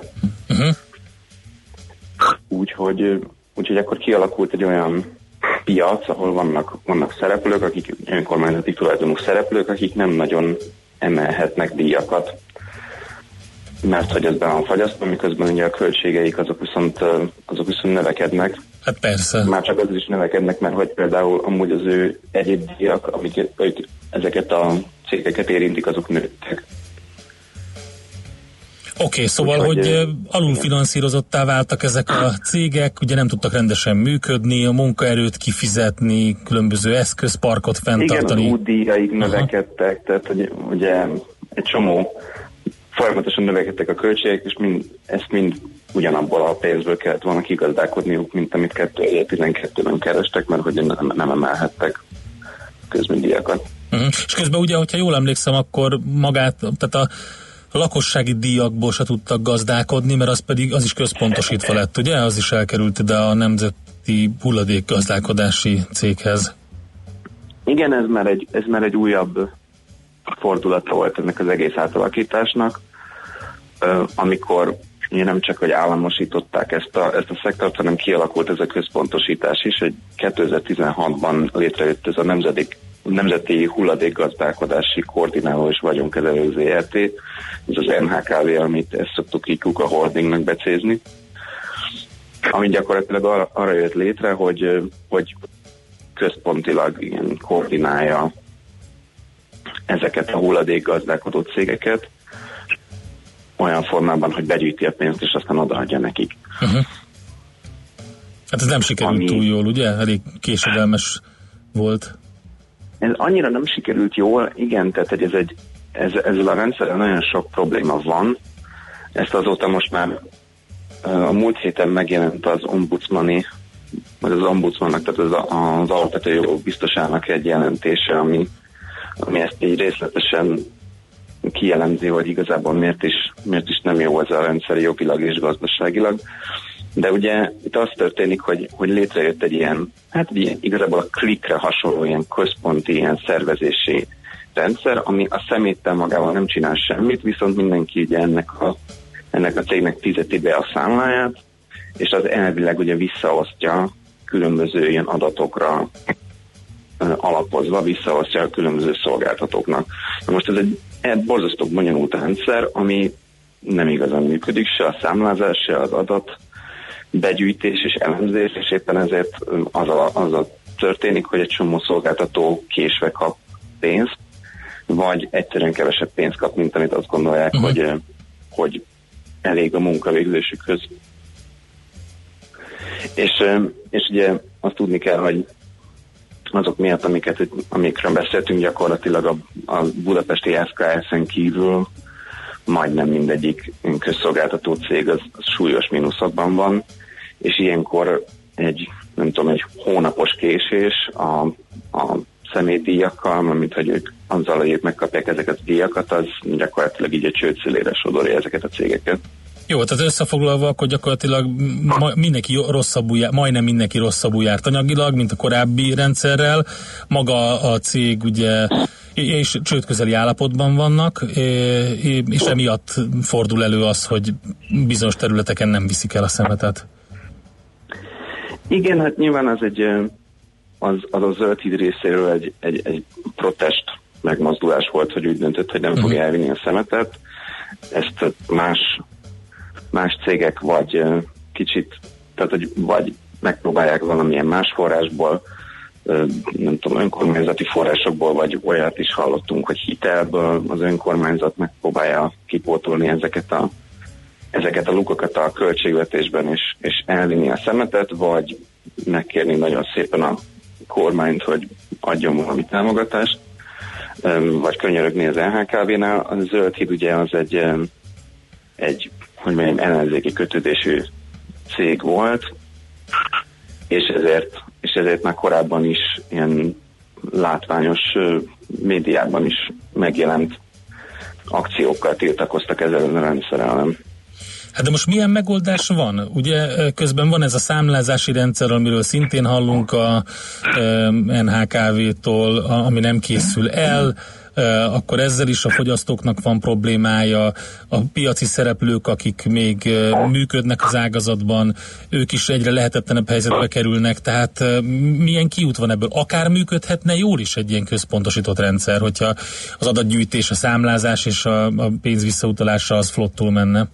Úgyhogy akkor kialakult egy olyan piac, ahol vannak szereplők, akik önkormányzati tulajdonú szereplők, akik nem nagyon emelhetnek díjakat, mert hogy ez be van fagyasztva, miközben ugye a költségeik azok viszont növekednek. Hát persze. Már csak az is növekednek, mert hogy például amúgy az ő egyéb díjak, amik ezeket a cégeket érintik, azok nőttek. Oké, szóval, hogy alulfinanszírozottá váltak ezek a cégek, ugye nem tudtak rendesen működni, a munkaerőt kifizetni, különböző eszközparkot fenntartani. Igen, az útdíjaik növekedtek, tehát ugye egy csomó folyamatosan növekedtek a költségek, és ezt mind ugyanabból a pénzből kellett volna kigazdálkodniuk, mint amit 2012-ben kerestek, mert hogy nem emelhettek közműdíjakat. És közben ugye, hogyha jól emlékszem, akkor magát, tehát a lakossági díjakból se tudtak gazdálkodni, mert az is központosítva lett, ugye? Az is elkerült ide a Nemzeti Hulladékgazdálkodási Céghez. Igen, ez már egy újabb fordulata volt ennek az egész átalakításnak, amikor nem csak, hogy államosították ezt a szektort, hanem kialakult ez a központosítás is, hogy 2016-ban létrejött ez a Nemzeti Hulladékgazdálkodási Koordináló és Vagyonkezelő ZRT, ez az NHKV, amit ezt szoktuk így Kuka Holdingnak becézni, ami gyakorlatilag arra jött létre, hogy központilag ilyen koordinálja ezeket a hulladékgazdálkodó cégeket, olyan formában, hogy begyűjti a pénzt, és aztán odaadja nekik. Hát ez nem sikerült túl jól, ugye? Elég késedelmes volt. Ez annyira nem sikerült jól, igen, tehát hogy ezzel a rendszerrel nagyon sok probléma van. Ezt azóta most már a múlt héten megjelent az ombudsmani, vagy az ombudsmannak, tehát az alapvető jogok biztosának egy jelentése, ami ezt így részletesen kijelenzi, hogy igazából miért is nem jó ez a rendszer jogilag és gazdaságilag. De ugye itt az történik, hogy létrejött egy ilyen, hát igazából a klikre hasonló ilyen központi, ilyen szervezési rendszer, ami a szeméttel magával nem csinál semmit, viszont mindenki ugye ennek a cégnek fizeti be a számláját, és az elvileg ugye visszaosztja különböző ilyen adatokra alapozva, visszaosztja a különböző szolgáltatóknak. Na most ez egy borzasztó bonyolult rendszer, ami nem igazán működik, se a számlázás, se az adat begyűjtés és elemzés, és éppen ezért az történik, hogy egy csomó szolgáltató késve kap pénzt, vagy egyszerűen kevesebb pénzt kap, mint amit azt gondolják, hogy elég a munkavégzésükhöz. És ugye azt tudni kell, hogy azok miatt, amikről beszéltünk, gyakorlatilag a budapesti SKS-en kívül majdnem mindegyik közszolgáltató cég az súlyos mínuszokban van, és ilyenkor egy hónapos késés a személydíjakkal, mint hogy ők azzal, hogy ők megkapják ezeket a díjakat, az gyakorlatilag így a csőd szélére sodorja ezeket a cégeket. Jó, tehát összefoglalva, akkor gyakorlatilag majdnem mindenki rosszabbul járt anyagilag, mint a korábbi rendszerrel. Maga a cég ugye és csődközeli állapotban vannak, és emiatt fordul elő az, hogy bizonyos területeken nem viszik el a szemetet. Igen, hát nyilván az a Zöld Híd részéről egy protest megmozdulás volt, hogy úgy döntött, hogy nem fogja elvinni a szemetet. Ezt más cégek vagy kicsit, tehát hogy vagy megpróbálják valamilyen más forrásból, nem tudom, önkormányzati forrásokból, vagy olyat is hallottunk, hogy hitelből az önkormányzat megpróbálja kipótolni ezeket a lukokat a költségvetésben, és elvinni a szemetet, vagy megkérni nagyon szépen a kormányt, hogy adjon valami támogatást, vagy könyörögni az LHKV-nál. A Zöld Híd ugye az egy hogy mondjam, ellenzéki kötődésű cég volt, és ezért már korábban is ilyen látványos médiában is megjelent akciókkal tiltakoztak ezzel a rendszerrel. Hát de most milyen megoldás van? Ugye közben van ez a számlázási rendszer, amiről szintén hallunk a NHKV-tól, ami nem készül el, akkor ezzel is a fogyasztóknak van problémája, a piaci szereplők, akik még működnek az ágazatban, ők is egyre lehetetlenebb helyzetbe kerülnek, tehát milyen kiút van ebből? Akár működhetne jól is egy ilyen központosított rendszer, hogyha az adatgyűjtés, a számlázás és a pénz visszautalása az flottul menne?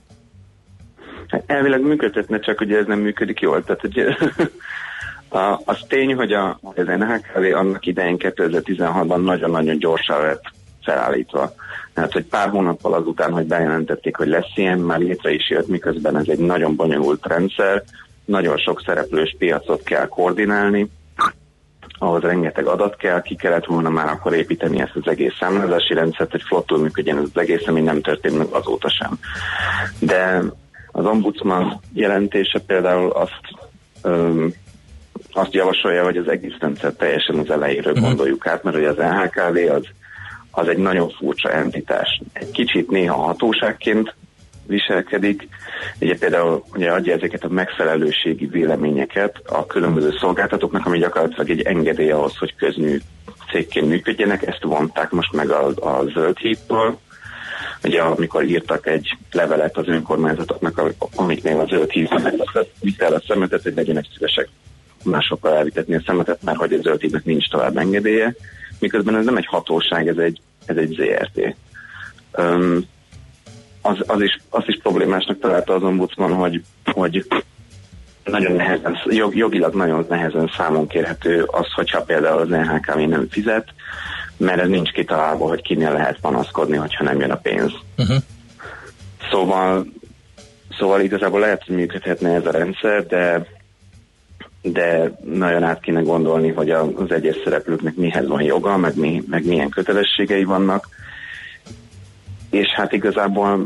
Elvileg működhetne, csak ugye ez nem működik jól. Tehát ugye az tény, hogy az NHKV annak idején 2016-ban nagyon-nagyon gyorsan lett felállítva. Tehát, hogy pár hónappal azután, hogy bejelentették, hogy lesz ilyen, már létre is jött, miközben ez egy nagyon bonyolult rendszer, nagyon sok szereplős piacot kell koordinálni, ahhoz rengeteg adat kell, ki kellett volna már akkor építeni ezt az egész számlázási rendszert, hogy flottul működjen ez az egész, ami nem történt meg azóta sem. De az ombudsman jelentése például azt javasolja, hogy az egész rendszer teljesen az elejéről gondoljuk át, mert ugye az NHKV az egy nagyon furcsa entitás. Egy kicsit néha hatóságként viselkedik, ugye például ugye adja ezeket a megfelelőségi véleményeket a különböző szolgáltatóknak, ami gyakorlatilag egy engedély ahhoz, hogy közmű cégként működjenek, ezt vonták most meg a Zöld Hídtól. Ugye amikor írtak egy levelet az önkormányzatoknak, amiknél a Zöld Híd vitte el a szemetet, hogy legyenek szívesek másokkal elvitetni a szemetet, mert hogy a Zöld Hídnek nincs tovább engedélye, miközben ez nem egy hatóság, ez egy ZRT. Azt is problémásnak találta az ombudsman, hogy nagyon nehezen, jogilag nagyon nehezen számon kérhető az, hogyha például az NHKV nem fizet, mert ez nincs kitalálva, hogy kinél lehet panaszkodni, hogyha nem jön a pénz. Szóval igazából lehet, hogy működhetne ez a rendszer, de nagyon át kéne gondolni, hogy az egyes szereplőknek mihez van joga, meg milyen kötelességei vannak. És hát igazából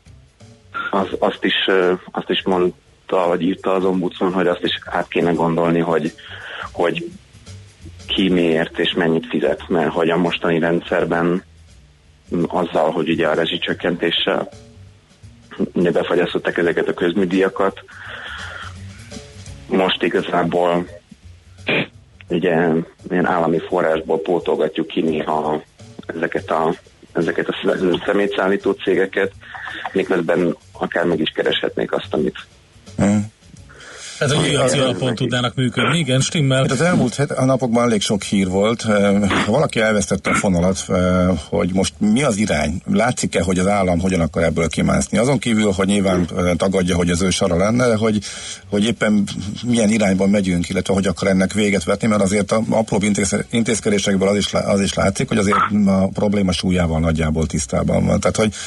azt is mondta, vagy írta az ombudsman, hogy azt is át kéne gondolni, hogy ki miért és mennyit fizet, mert hogy a mostani rendszerben azzal, hogy ugye a rezsicsökkentéssel ugye befagyasztották ezeket a közműdíjakat, most igazából ugye ilyen állami forrásból pótolgatjuk ki néha ezeket a szemétszállító cégeket, miközben akár meg is kereshetnék azt, amit Ez a piaci alapon tudnának működni, igen, stimmel. Az elmúlt napokban elég sok hír volt. Ha valaki elvesztette a fonalat, hogy most mi az irány? Látszik-e, hogy az állam hogyan akar ebből kimászni? Azon kívül, hogy nyilván tagadja, hogy az ő sara lenne, de hogy éppen milyen irányban megyünk, illetve hogy akar ennek véget vetni, mert azért a apróbb intézkedésekből az is látszik, hogy azért a probléma súlyával nagyjából tisztában van. Tehát, hogy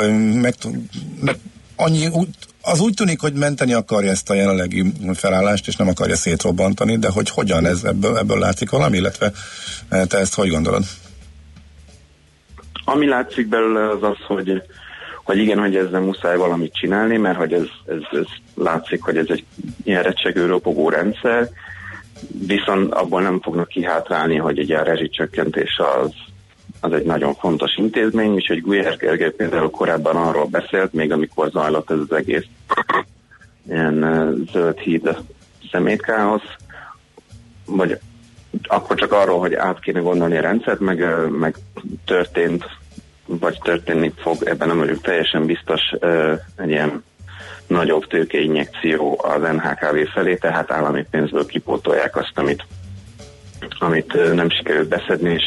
az úgy tűnik, hogy menteni akarja ezt a jelenlegi felállást, és nem akarja szétrobbantani, de hogy hogyan ebből látszik valami, illetve te ezt hogy gondolod? Ami látszik belőle az, hogy igen, hogy ezzel muszáj valamit csinálni, mert hogy ez látszik, hogy ez egy ilyen recsegő, ropogó rendszer, viszont abból nem fognak kihátrálni, hogy ugye a rezsicsökkentés az egy nagyon fontos intézmény, úgyhogy Gulyás Gergely például korábban arról beszélt, még amikor zajlott ez az egész ilyen zöld híd szemétkáosz, vagy akkor csak arról, hogy át kéne gondolni a rendszert, meg történt, vagy történni fog, ebben nem vagyok teljesen biztos, egy ilyen nagyobb tőkeinjekció az NHKV felé, tehát állami pénzből kipótolják azt, amit nem sikerült beszedni, és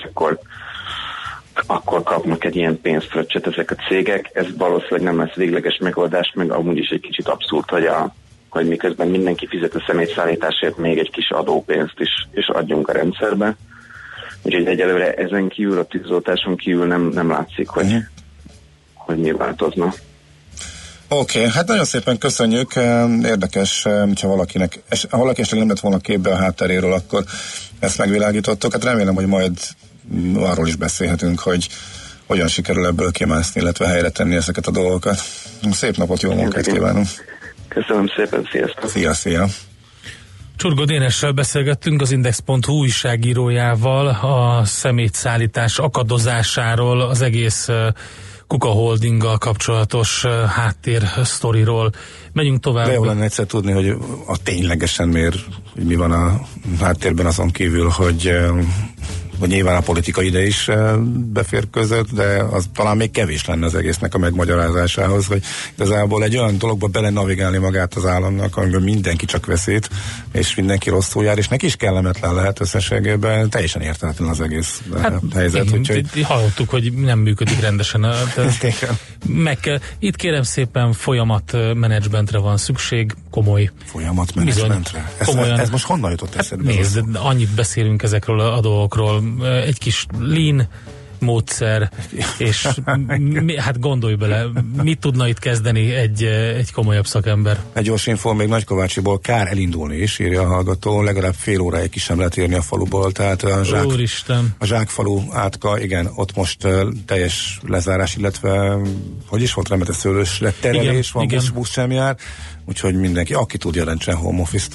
akkor kapnak egy ilyen pénzfröccset ezek a cégek. Ez valószínűleg nem lesz végleges megoldás, meg amúgy is egy kicsit abszurd, hogy miközben mindenki fizet a szemétszállításért, még egy kis adópénzt is adjunk a rendszerbe. Úgyhogy egyelőre ezen kívül, a tűzoltáson kívül nem látszik, hogy mi változna. Oké, hát nagyon szépen köszönjük. Érdekes, ha valaki esetleg nem lett volna képbe a hátteréről, akkor ezt megvilágítottuk. Hát remélem, hogy majd arról is beszélhetünk, hogy hogyan sikerül ebből kimászni, illetve helyre tenni ezeket a dolgokat. Szép napot, jó munkát kívánunk! Köszönöm szépen, sziasztok! Szia! Csurgó Dénessel beszélgettünk, az Index.hu újságírójával a szemétszállítás akadozásáról, az egész Kuka Holdinggal kapcsolatos háttér sztoriról. Megyünk tovább. De jó lenne egyszer tudni, hogy ténylegesen hogy mi van a háttérben, azon kívül, hogy nyilván a politika ide is befér között, de az talán még kevés lenne az egésznek a megmagyarázásához, hogy igazából egy olyan dologba bele navigálni magát az államnak, amiben mindenki csak veszít, és mindenki rosszul jár, és neki is kellemetlen lehet összességében, teljesen érthetetlen az egész helyzet. Úgyhogy hallottuk, hogy nem működik rendesen. Itt kérem szépen folyamatmenedzsmentre van szükség, komoly. Folyamatmenedzsmentre? Ez most honnan jutott eszedbe? Nézd, annyit beszélünk ezekről a dolgokról, egy kis lean módszer, és hát gondolj bele, mit tudna itt kezdeni egy komolyabb szakember? Egy gyors infó, még Nagykovácsiból kár elindulni is, írja a hallgató, legalább fél óráig is sem lehet érni a faluból, tehát a Zsákfalu átka, igen, ott most teljes lezárás, illetve hogy is volt, remete szőlős terelés, van busz sem jár, úgyhogy mindenki, aki tud, jelentsen home office-t.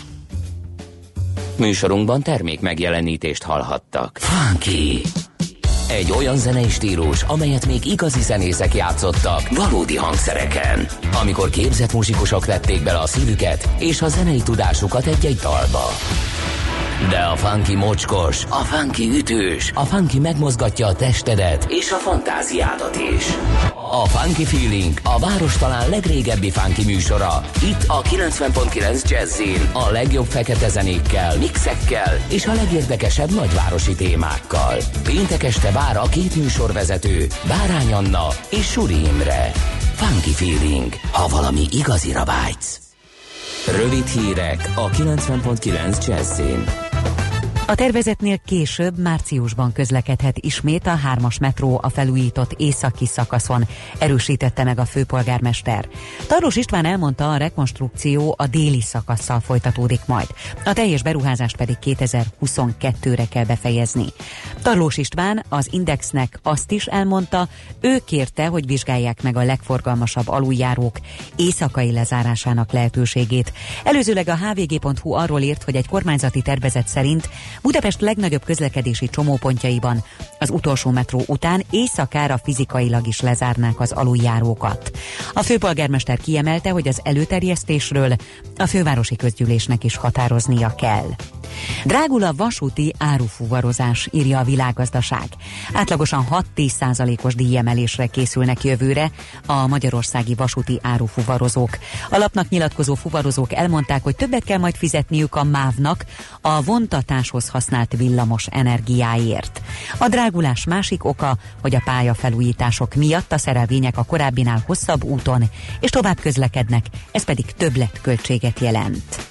Műsorunkban termék megjelenítést hallhattak. Funky! Egy olyan zenei stílus, amelyet még igazi zenészek játszottak valódi hangszereken. Amikor képzett muzsikusok vették bele a szívüket és a zenei tudásukat egy-egy dalba. De a funky mocskos, a funky ütős, a funky megmozgatja a testedet és a fantáziádat is. A Funky Feeling, a város talán legrégebbi funky műsora. Itt a 90.9 Jazzin a legjobb fekete zenékkel, mixekkel és a legérdekesebb nagyvárosi témákkal. Péntek este vár a két műsorvezető, Bárány Anna és Suri Imre. Funky Feeling, ha valami igazira vágysz. Rövid hírek a 90.9 Jazzin. A tervezetnél később márciusban közlekedhet ismét a 3-as metró a felújított északi szakaszon, erősítette meg a főpolgármester. Tarlós István elmondta, a rekonstrukció a déli szakasszal folytatódik majd. A teljes beruházást pedig 2022-re kell befejezni. Tarlós István az Indexnek azt is elmondta, ő kérte, hogy vizsgálják meg a legforgalmasabb aluljárók éjszakai lezárásának lehetőségét. Előzőleg a hvg.hu arról írt, hogy egy kormányzati tervezet szerint Budapest legnagyobb közlekedési csomópontjaiban az utolsó metró után éjszakára fizikailag is lezárnák az aluljárókat. A főpolgármester kiemelte, hogy az előterjesztésről a fővárosi közgyűlésnek is határoznia kell. Drágul a vasúti árufuvarozás, írja a Világgazdaság. Átlagosan 6-10%-os díjemelésre készülnek jövőre a magyarországi vasúti árufuvarozók. A lapnak nyilatkozó fuvarozók elmondták, hogy többet kell majd fizetniük a MÁV-nak a vontatáshoz használt villamos energiáért. A drágulás másik oka, hogy a pályafelújítások miatt a szerelvények a korábbinál hosszabb úton és tovább közlekednek, ez pedig többletköltséget jelent.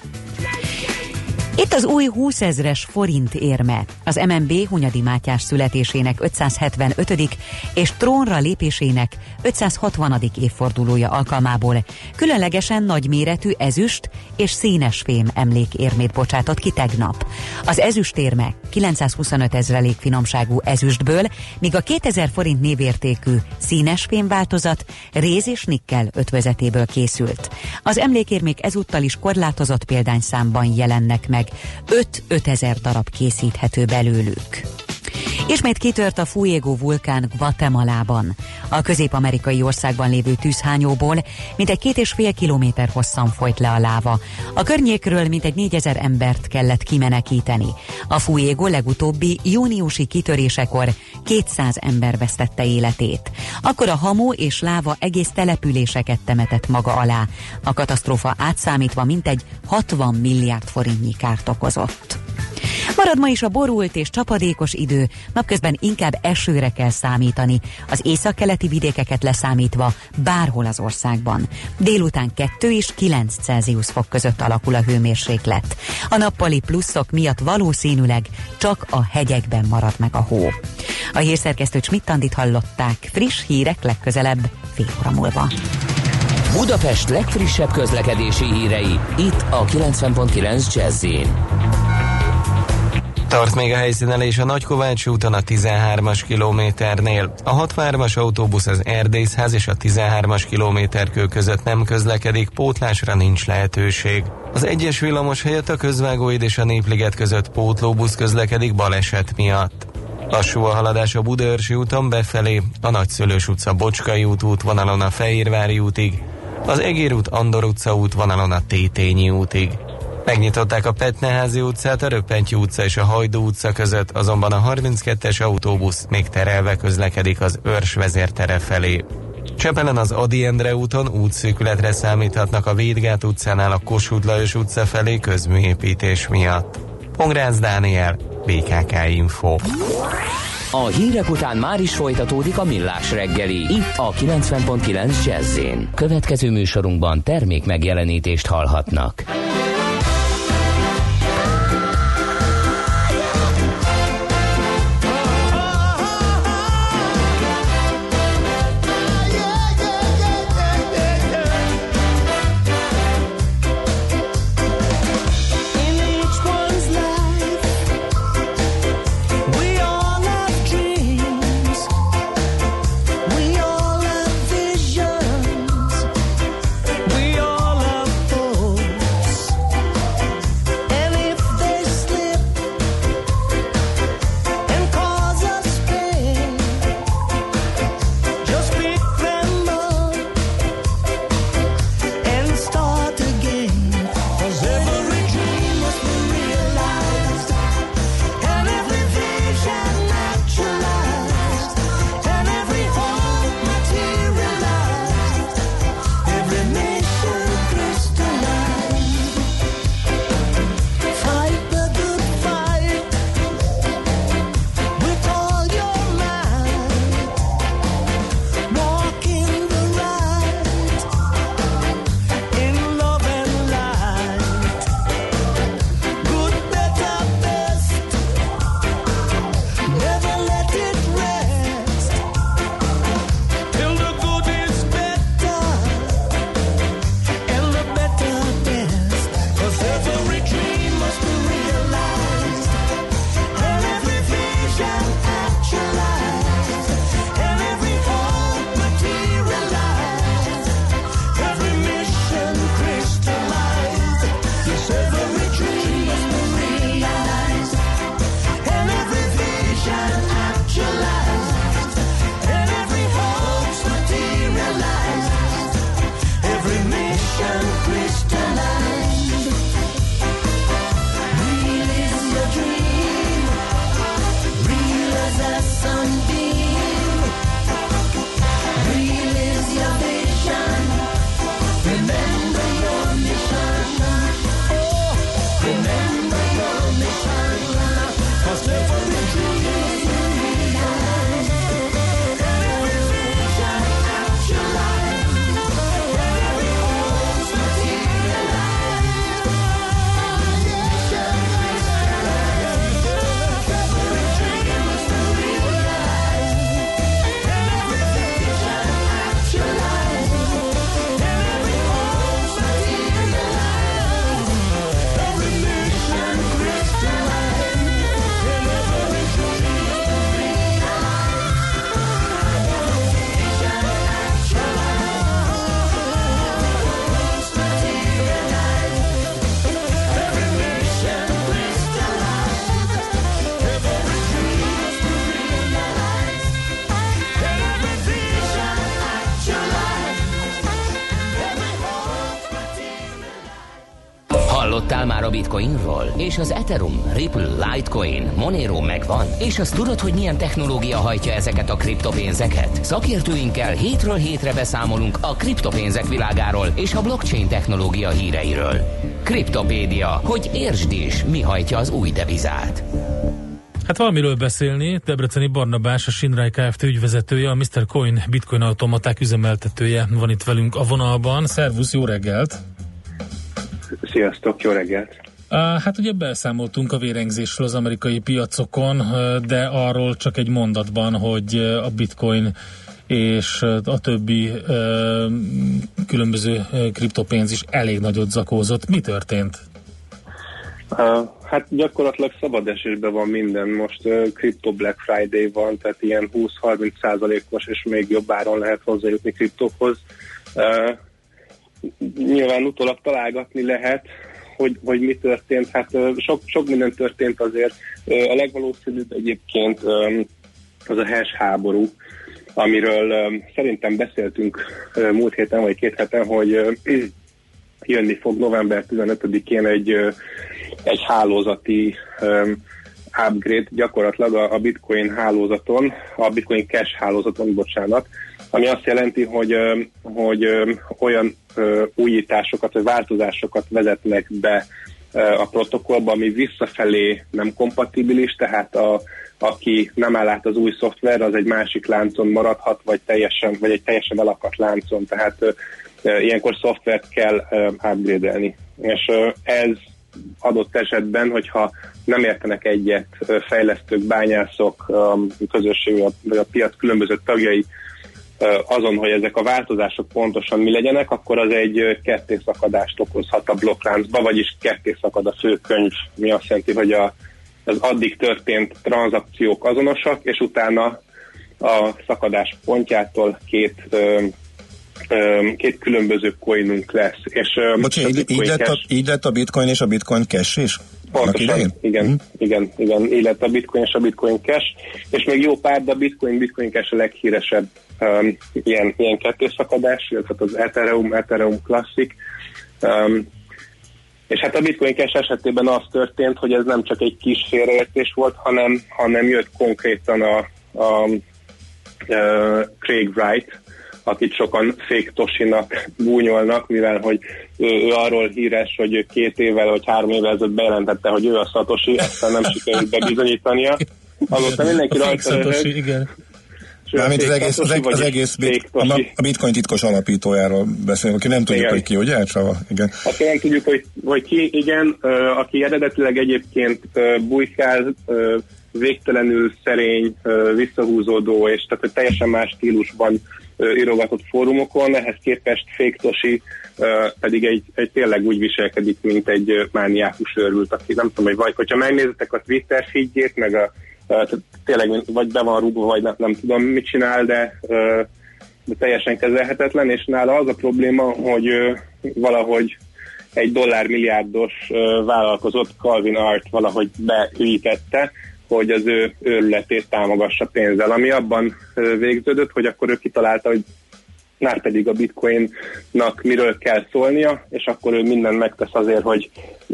Itt az új 20 000-es forint érme, az MNB Hunyadi Mátyás születésének 575. és trónra lépésének 560. évfordulója alkalmából különlegesen nagyméretű ezüst és színesfém emlékérmét bocsátott ki tegnap. Az ezüstérme 925 000 finomságú ezüstből, míg a 2000 forint névértékű színesfém változat réz és nikkel ötvözetéből készült. Az emlékérmék ezúttal is korlátozott példányszámban jelennek meg, 5000 darab készíthető belőlük. Ismét kitört a Fuego vulkán Guatemalában. A közép-amerikai országban lévő tűzhányóból mintegy 2,5 kilométer hosszan folyt le a láva. A környékről mintegy 4000 embert kellett kimenekíteni. A Fuego legutóbbi júniusi kitörésekor 200 ember vesztette életét. Akkor a hamu és láva egész településeket temetett maga alá. A katasztrófa átszámítva mintegy 60 milliárd forintnyi kárt okozott. Marad ma is a borult és csapadékos idő, napközben inkább esőre kell számítani, az északkeleti vidékeket leszámítva bárhol az országban. Délután 2 és 9 Celsius fok között alakul a hőmérséklet. A nappali pluszok miatt valószínűleg csak a hegyekben marad meg a hó. A hírszerkesztő Schmidt-Andit hallották, friss hírek legközelebb fél óra múlva. Budapest legfrissebb közlekedési hírei, itt a 90.9 Jazz-in. Tart még a helyszínelés a Nagykovácsi úton a 13-as kilométernél. A 63-as autóbusz az Erdészház és a 13-as kilométerkő között nem közlekedik, pótlásra nincs lehetőség. Az egyes villamos helyett a Közvágóhíd és a Népliget között pótlóbusz közlekedik baleset miatt. Lassú a haladás a Budaörsi úton befelé, a Nagyszülős utca Bocskai út útvonalon a Fehérvári útig, az Egér út Andor utca útvonalon a Tétényi útig. Megnyitották a Petneházi utcát, a Röppentyű utca és a Hajdú utca között, azonban a 32-es autóbusz még terelve közlekedik az Örs vezértere felé. Csepelen az Ady Endre úton útszűkületre számíthatnak a Védgát utcánál a Kossuth Lajos utca felé közműépítés miatt. Pongrácz Dániel, BKK Info. A hírek után már is folytatódik a Millás reggeli, itt a 90.9 Jazz-én. Következő műsorunkban termék megjelenítést hallhatnak. We all have hopes. Hallottál már a Bitcoinról? És az Ethereum, Ripple, Litecoin, Monero megvan? És azt tudod, hogy milyen technológia hajtja ezeket a kriptopénzeket? Szakértőinkkel hétről hétre beszámolunk a kriptopénzek világáról és a blockchain technológia híreiről. Kriptopédia, hogy értsd is, mi hajtja az új devizát. Hát valamiről beszélni, Debreceni Barnabás, a Shinrai Kft. Ügyvezetője, a Mr. Coin bitcoin automaták üzemeltetője van itt velünk a vonalban. Szervusz, jó reggelt! Sziasztok, jó reggelt! Hát ugye beszámoltunk a vérengzésről az amerikai piacokon, de arról csak egy mondatban, hogy a bitcoin és a többi különböző kriptopénz is elég nagyot zakózott. Mi történt? Hát gyakorlatilag szabad esésben van minden. Most Crypto Black Friday van, tehát ilyen 20-30%-os és még jobb áron lehet hozzájutni kriptókhoz. Nyilván utólag találgatni lehet, hogy mi történt. Hát sok minden történt azért. A legvalószínűbb egyébként az a hash háború, amiről szerintem beszéltünk múlt héten vagy 2 heten, hogy jönni fog november 15-én egy hálózati upgrade gyakorlatilag a Bitcoin hálózaton, a Bitcoin Cash hálózaton, bocsánat, ami azt jelenti, hogy olyan újításokat, vagy változásokat vezetnek be a protokollba, ami visszafelé nem kompatibilis, tehát aki nem áll át az új szoftver, az egy másik láncon maradhat, vagy egy teljesen elakadt láncon, tehát ilyenkor szoftvert kell upgrade-elni. És ez adott esetben, hogyha nem értenek egyet fejlesztők, bányászok, közösség vagy a piac különböző tagjai azon, hogy ezek a változások pontosan mi legyenek, akkor az egy kettészakadást okozhat a blokkláncba, vagyis kettészakad a főkönyv, mi azt jelenti, hogy az addig történt tranzakciók azonosak, és utána a szakadás pontjától két különböző coinunk lesz. És, így lett a Bitcoin és a Bitcoin Cash is? Pontosan, igen, így lett a Bitcoin és a Bitcoin Cash, és még jó pár, de a Bitcoin Cash a leghíresebb ilyen kettészakadás, illetve az Ethereum Classic. És hát a Bitcoin Cash esetében az történt, hogy ez nem csak egy kis félreértés volt, hanem jött konkrétan a Craig Wright, akit sokan fake Toshinak búnyolnak, mivel hogy ő arról híres, hogy 2 évvel vagy 3 évvel ezelőtt bejelentette, hogy ő a Satoshi, aztán nem sikerült bebizonyítania. Azóta mindenki rajta Satoshi, igen. Mármint az egész a Bitcoin titkos alapítójáról beszélünk, aki nem tudjuk, hogy ki, ugye? Igen. Aki nem tudjuk, hogy ki, igen, aki eredetileg egyébként bujkál, végtelenül szerény, visszahúzódó, és tehát hogy teljesen más stílusban írogatott fórumokon, ehhez képest fake Toshi pedig egy tényleg úgy viselkedik, mint egy mániákus őrült, aki nem tudom, hogy hogyha megnézitek a Twitter feedjét, meg tényleg vagy be van rúgva, vagy nem tudom, mit csinál, de teljesen kezelhetetlen, és nála az a probléma, hogy valahogy egy $milliárdos vállalkozott Calvin Art valahogy beügyítette, hogy az ő őrületét támogassa pénzzel, ami abban végződött, hogy akkor ő kitalálta, hogy már pedig a Bitcoinnak miről kell szólnia, és akkor ő mindent megtesz azért, hogy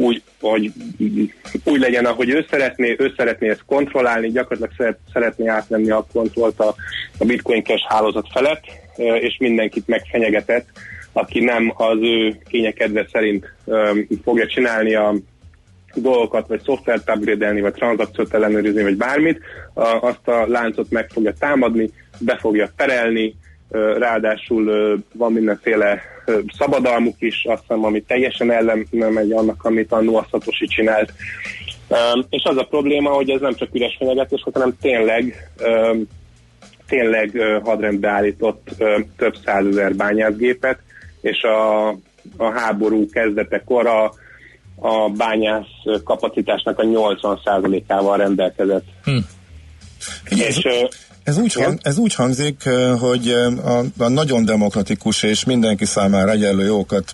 úgy legyen, ahogy ő szeretné ezt kontrollálni, gyakorlatilag szeretné átvenni a kontrollt a Bitcoin Cash hálózat felett, és mindenkit megfenyegetett, aki nem az ő kényekedve szerint fogja csinálni a dolgokat, vagy szoftvert upgrade-elni, vagy tranzakciót ellenőrizni, vagy bármit, azt a láncot meg fogja támadni, be fogja perelni, ráadásul van mindenféle szabadalmuk is, azt hiszem, ami teljesen ellen megy annak, amit annó a Satoshi csinált. És az a probléma, hogy ez nem csak üres fenyegetés, hanem tényleg hadrendbe állított több 100 000 bányászgépet, és a háború kezdetekor a bányász kapacitásnak a 80%-ával rendelkezett. Ez úgy hangzik, hogy a nagyon demokratikus és mindenki számára egyenlő jogokat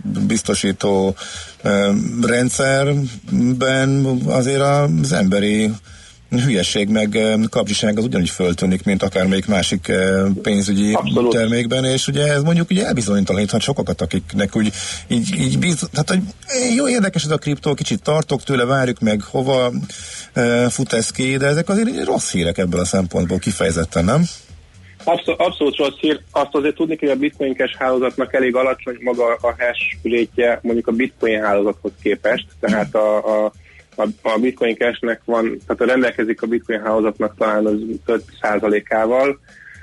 biztosító rendszerben azért az emberi hülyeség, meg kapcsiság az ugyanúgy föltűnik, mint akármelyik másik pénzügyi abszolút termékben, és ugye ez mondjuk ugye elbizonytalaníthat sokakat, akiknek úgy hát, hogy jó, érdekes ez a kriptó, kicsit tartok tőle, várjuk meg, hova fut ez ki, de ezek azért rossz hírek ebből a szempontból kifejezetten, nem? Abszolút rossz hír. Azt azért tudni, hogy a Bitcoin Cash hálózatnak elég alacsony maga a hash rétje mondjuk a Bitcoin hálózathoz képest, tehát a Bitcoin Cash-nek van, tehát rendelkezik a Bitcoin hálózatnak talán az 5%-ával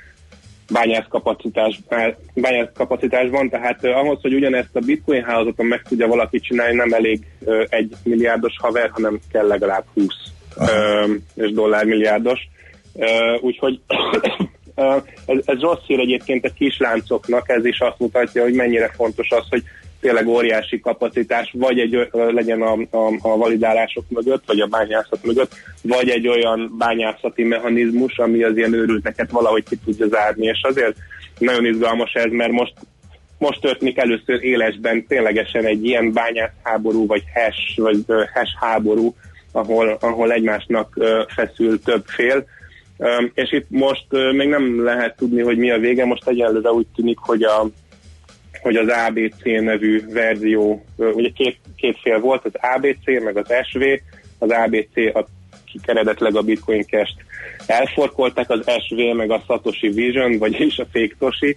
bányászkapacitásban, tehát ahhoz, hogy ugyanezt a Bitcoin hálózaton meg tudja valaki csinálni, nem elég 1 milliárdos haver, hanem kell legalább 20 és dollármilliárdos. Úgyhogy ez rossz hír egyébként a kisláncoknak, ez is azt mutatja, hogy mennyire fontos az, hogy tényleg óriási kapacitás, vagy legyen a validálások mögött, vagy a bányászat mögött, vagy egy olyan bányászati mechanizmus, ami az ilyen őrülteket valahogy ki tudja zárni, és azért nagyon izgalmas ez, mert most történik először élesben ténylegesen egy ilyen bányászháború, vagy hash háború, ahol egymásnak feszül több fél, és itt most még nem lehet tudni, hogy mi a vége, most egyelőre úgy tűnik, hogy az ABC nevű verzió, ugye két fél volt, az ABC meg az SV, az ABC eredetileg a Bitcoin Cash-t elforkolták, az SV meg a Satoshi Vision, vagyis a Fake Toshi,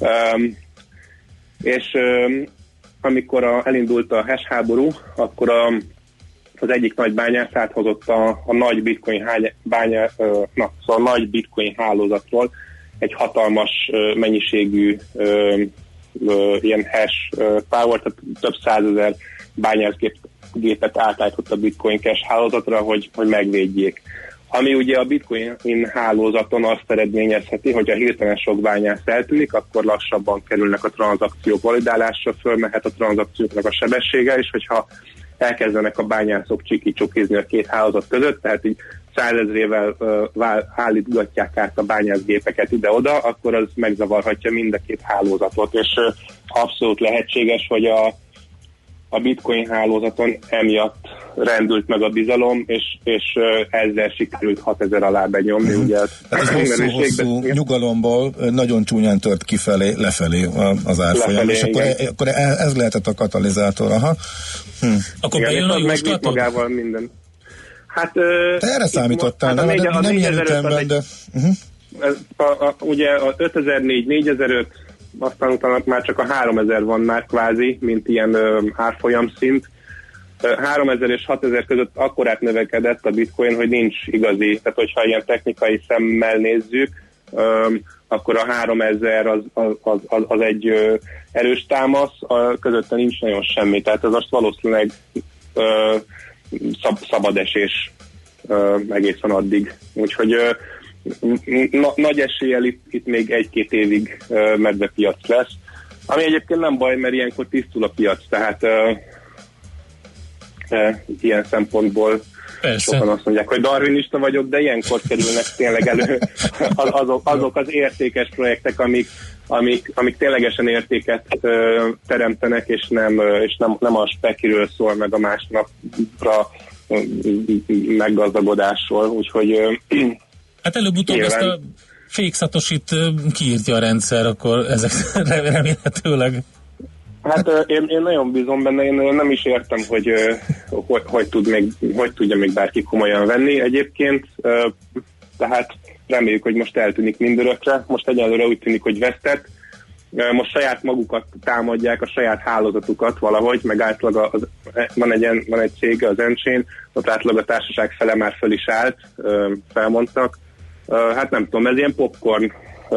és amikor elindult a hash háború, akkor az egyik nagy bányász áthozott a nagy Bitcoin szóval a nagy Bitcoin hálózatról egy hatalmas mennyiségű ilyen hash power, tehát több százezer bányászgépet átállított a Bitcoin Cash hálózatra, hogy megvédjék. Ami ugye a Bitcoin hálózaton azt eredményezheti, hogy a hirtelen sok bányász eltűnik, akkor lassabban kerülnek a tranzakciók validálásra, fölmehet a tranzakcióknak a sebessége, és hogyha elkezdenek a bányászok csiki-csukizni a két hálózat között, tehát így 100 000-ével állítgatják át a bányászgépeket ide-oda, akkor az megzavarhatja mind a két hálózatot, és abszolút lehetséges, hogy a Bitcoin hálózaton emiatt rendült meg a bizalom, és ezzel sikerült 6000 alá benyomni. Ugye, ez hosszú nyugalomból nagyon csúnyán tört lefelé az árfolyam, és akkor ez lehetett a katalizátor. Aha. Akkor bejön a jóslatot? Magával minden. Hát, te erre számítottál, nem ilyen ütemben, de... Ugye a 5004, 4005, aztán utána már csak a 3000 van már kvázi, mint ilyen árfolyam szint. 3000 és 6000 között akkorát növekedett a Bitcoin, hogy nincs igazi, tehát hogyha ilyen technikai szemmel nézzük, akkor a 3000 az egy erős támasz, közötte nincs nagyon semmi, tehát ez most valószínűleg szabad esés egészen addig. Úgyhogy nagy eséllyel itt még 1-2 évig medvepiac lesz, ami egyébként nem baj, mert ilyenkor tisztul a piac, tehát ilyen szempontból persze. Sokan azt mondják, hogy darwinista vagyok, de ilyenkor kerülnek tényleg elő azok az értékes projektek, amik ténylegesen értéket teremtenek, és nem a spekiről szól, meg a másnapra meggazdagodásról, úgyhogy hát előbb-utóbb ezt a fake Satoshit kiírtja a rendszer, akkor ezek remélhetőleg. Hát én nagyon bízom benne, én nem is értem, hogy tudja még bárki komolyan venni egyébként, tehát reméljük, hogy most eltűnik mindörökre, most egyelőre úgy tűnik, hogy vesztett, most saját magukat támadják, a saját hálózatukat valahogy, meg átlag van egy cég, az Enchain, ott átlag a társaság fele már föl is állt, felmondtak. Hát nem tudom, ez ilyen popcorn,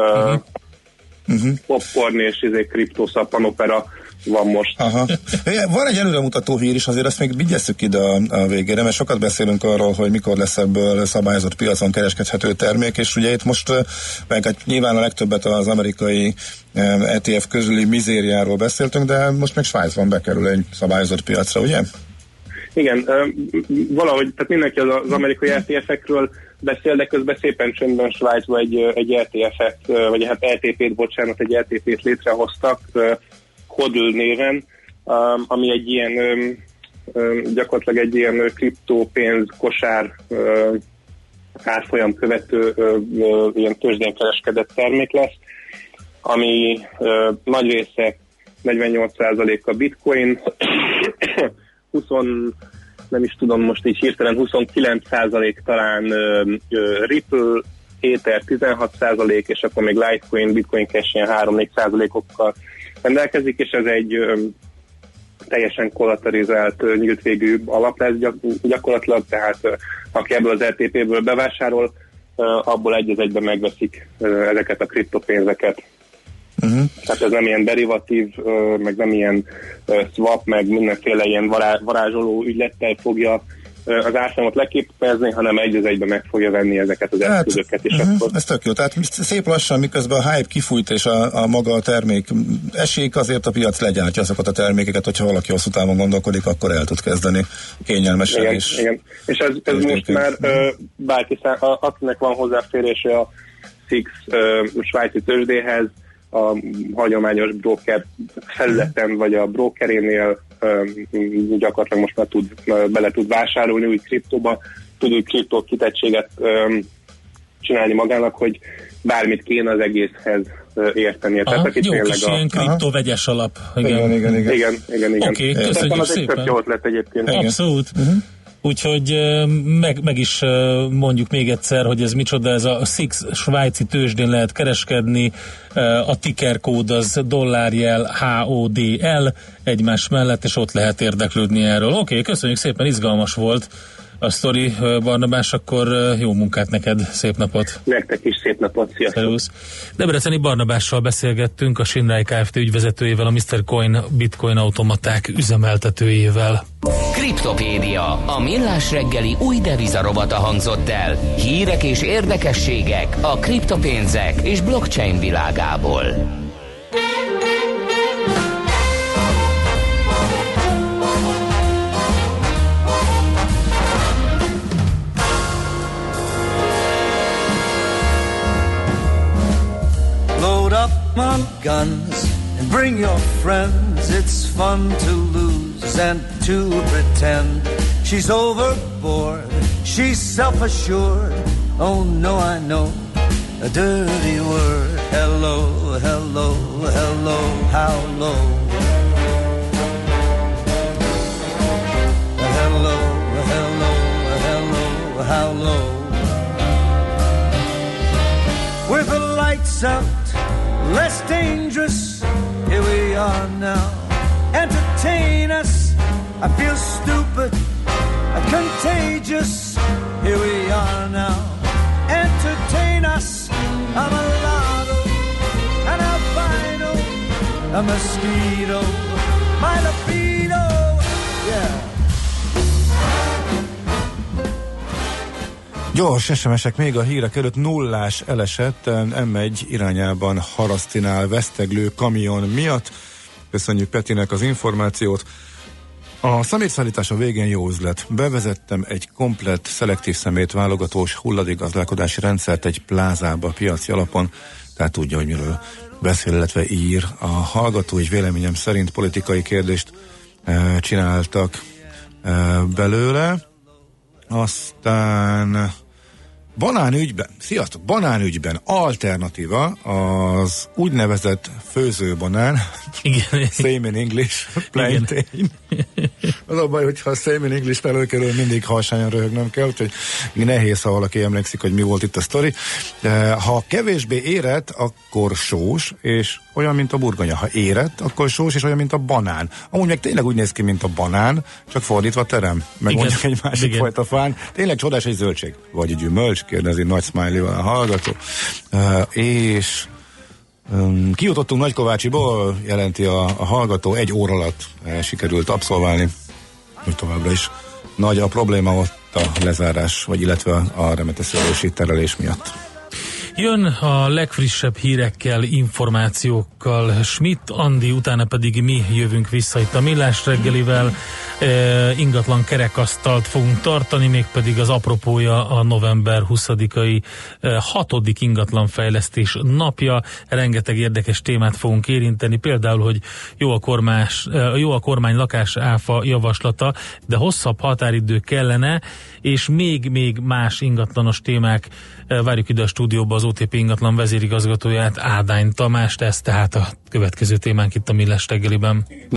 popcorn és kriptószappanopera van most. Aha. Van egy előremutató hír is, azért ezt még vigyesszük ide a végére, mert sokat beszélünk arról, hogy mikor lesz ebből szabályozott piacon kereskedhető termék, és ugye itt most meg nyilván a legtöbbet az amerikai ETF közüli mizériáról beszéltünk, de most még Svájcban bekerül egy szabályozott piacra, ugye? Igen, valahogy, tehát mindenki az amerikai ETF-ekről beszél, de közben szépen csöndben Svájcban egy ETF-et, vagy hát egy ETF-t létrehoztak, HODL néven, ami egy ilyen, gyakorlatilag egy ilyen kriptópénz kosár árfolyam követő ilyen tőzsdén kereskedett termék lesz, ami nagy része 48%-a bitcoin, 20, nem is tudom most így hirtelen, 29% talán Ripple, Ether 16%, és akkor még Litecoin, Bitcoin Cash ilyen 3-4%-okkal rendelkezik, és ez egy teljesen kollaterizált nyílt végű alap lesz gyakorlatilag, tehát aki ebből az RTP-ből bevásárol, abból egy-egyben megveszik ezeket a kriptopénzeket. Tehát ez nem ilyen derivatív, meg nem ilyen swap, meg mindenféle ilyen varázsoló ügylettel fogja az árfolyamot leképezni, hanem egy-egyben meg fogja venni ezeket az eszközöket. És akkor... Ez tök jó. Tehát szép lassan, miközben a hype kifújt és a maga a termék esik, azért a piac legyártja azokat a termékeket, hogyha valaki hosszú távon gondolkodik, akkor el tud kezdeni kényelmesen. Igen, igen. És ez most már bárki akinek van hozzáférése a SIX svájci tőzsdéhez, a hagyományos broker felületen, vagy a brokerénél gyakorlatilag most már bele tud vásárolni új kriptóba, tud új kriptó kitettséget jók magának, hogy bármit kéne az egészhez értenie. Tehát jó kis ilyen kriptovegyes alap. Igen. Oké, köszönjük szépen. Jó ötlet egyébként. Abszolút. Úgyhogy meg is mondjuk még egyszer, hogy ez micsoda, ez a SIX svájci tőzsdén lehet kereskedni, a ticker kód az dollárjel HODL egymás mellett, és ott lehet érdeklődni erről. Oké, köszönjük szépen, izgalmas volt a sztori, Barnabás, akkor jó munkát neked, szép napot! Nektek is szép napot, sziasztok! Szerusz. Debreceni Barnabással beszélgettünk, a Shinrai Kft. Ügyvezetőjével, a Mr. Coin bitcoin automaták üzemeltetőjével. Kriptopédia, a millás reggeli új devizarobata hangzott el. Hírek és érdekességek a kriptopénzek és blockchain világából. Load up on guns and bring your friends. It's fun to lose and to pretend. She's overboard, she's self-assured. Oh no, I know a dirty word. Hello, hello, hello, how low? Hello, hello, hello, how low? With the lights out, less dangerous, here we are now. Entertain us, I feel stupid, contagious, here we are now. Entertain us, I'm a lotto, an albino, a mosquito, my libido, yeah. Gyors SMS-ek még a hírek előtt. Nullás elesett M1 irányában Harasztinál veszteglő kamion miatt. Köszönjük Petinek az információt. A szemétszállítás a végén jó üzlet. Bevezettem egy komplett szelektív szemét válogatós hulladékgazdálkodási rendszert egy plázába piaci alapon, tehát tudja, hogy miről beszél, illetve ír. A hallgató, és véleményem szerint politikai kérdést csináltak belőle. Aztán banánügyben, sziasztok, banánügyben alternatíva az úgynevezett főzőbanán, same in English, plantain. Az a baj, hogyha a same in English felőkerül, mindig harsányan röhögnöm kell, úgyhogy nehéz, ha valaki emlékszik, hogy mi volt itt a sztori. Ha kevésbé érett, akkor sós, és olyan, mint a burgonya. Ha érett, akkor sós, és olyan, mint a banán. Amúgy meg tényleg úgy néz ki, mint a banán, csak fordítva terem. Meg mondjuk egy másik fajta fán. Tényleg csodás egy zöldség. Vagy gyümölcs, kérdezi nagy smiley-val a hallgató. És kijutottunk Nagykovácsiból, jelenti a hallgató, 1 óra alatt sikerült abszolválni. Úgy továbbra is nagy a probléma ott a lezárás, vagy illetve a remeteszőlési terelés miatt. Jön a legfrissebb hírekkel, információkkal Schmidt Andi, utána pedig mi jövünk vissza itt a Millás reggelivel. Ingatlan kerekasztalt fogunk tartani, mégpedig az apropója a november 20-ai 6. ingatlanfejlesztés napja. Rengeteg érdekes témát fogunk érinteni, például, hogy jó a kormány lakás áfa javaslata, de hosszabb határidő kellene, és még más ingatlanos témák. Várjuk ide a stúdióba az OTP ingatlan vezérigazgatóját, Ádány Tamást, ez tehát a következő témánk itt a Millás reggeliben.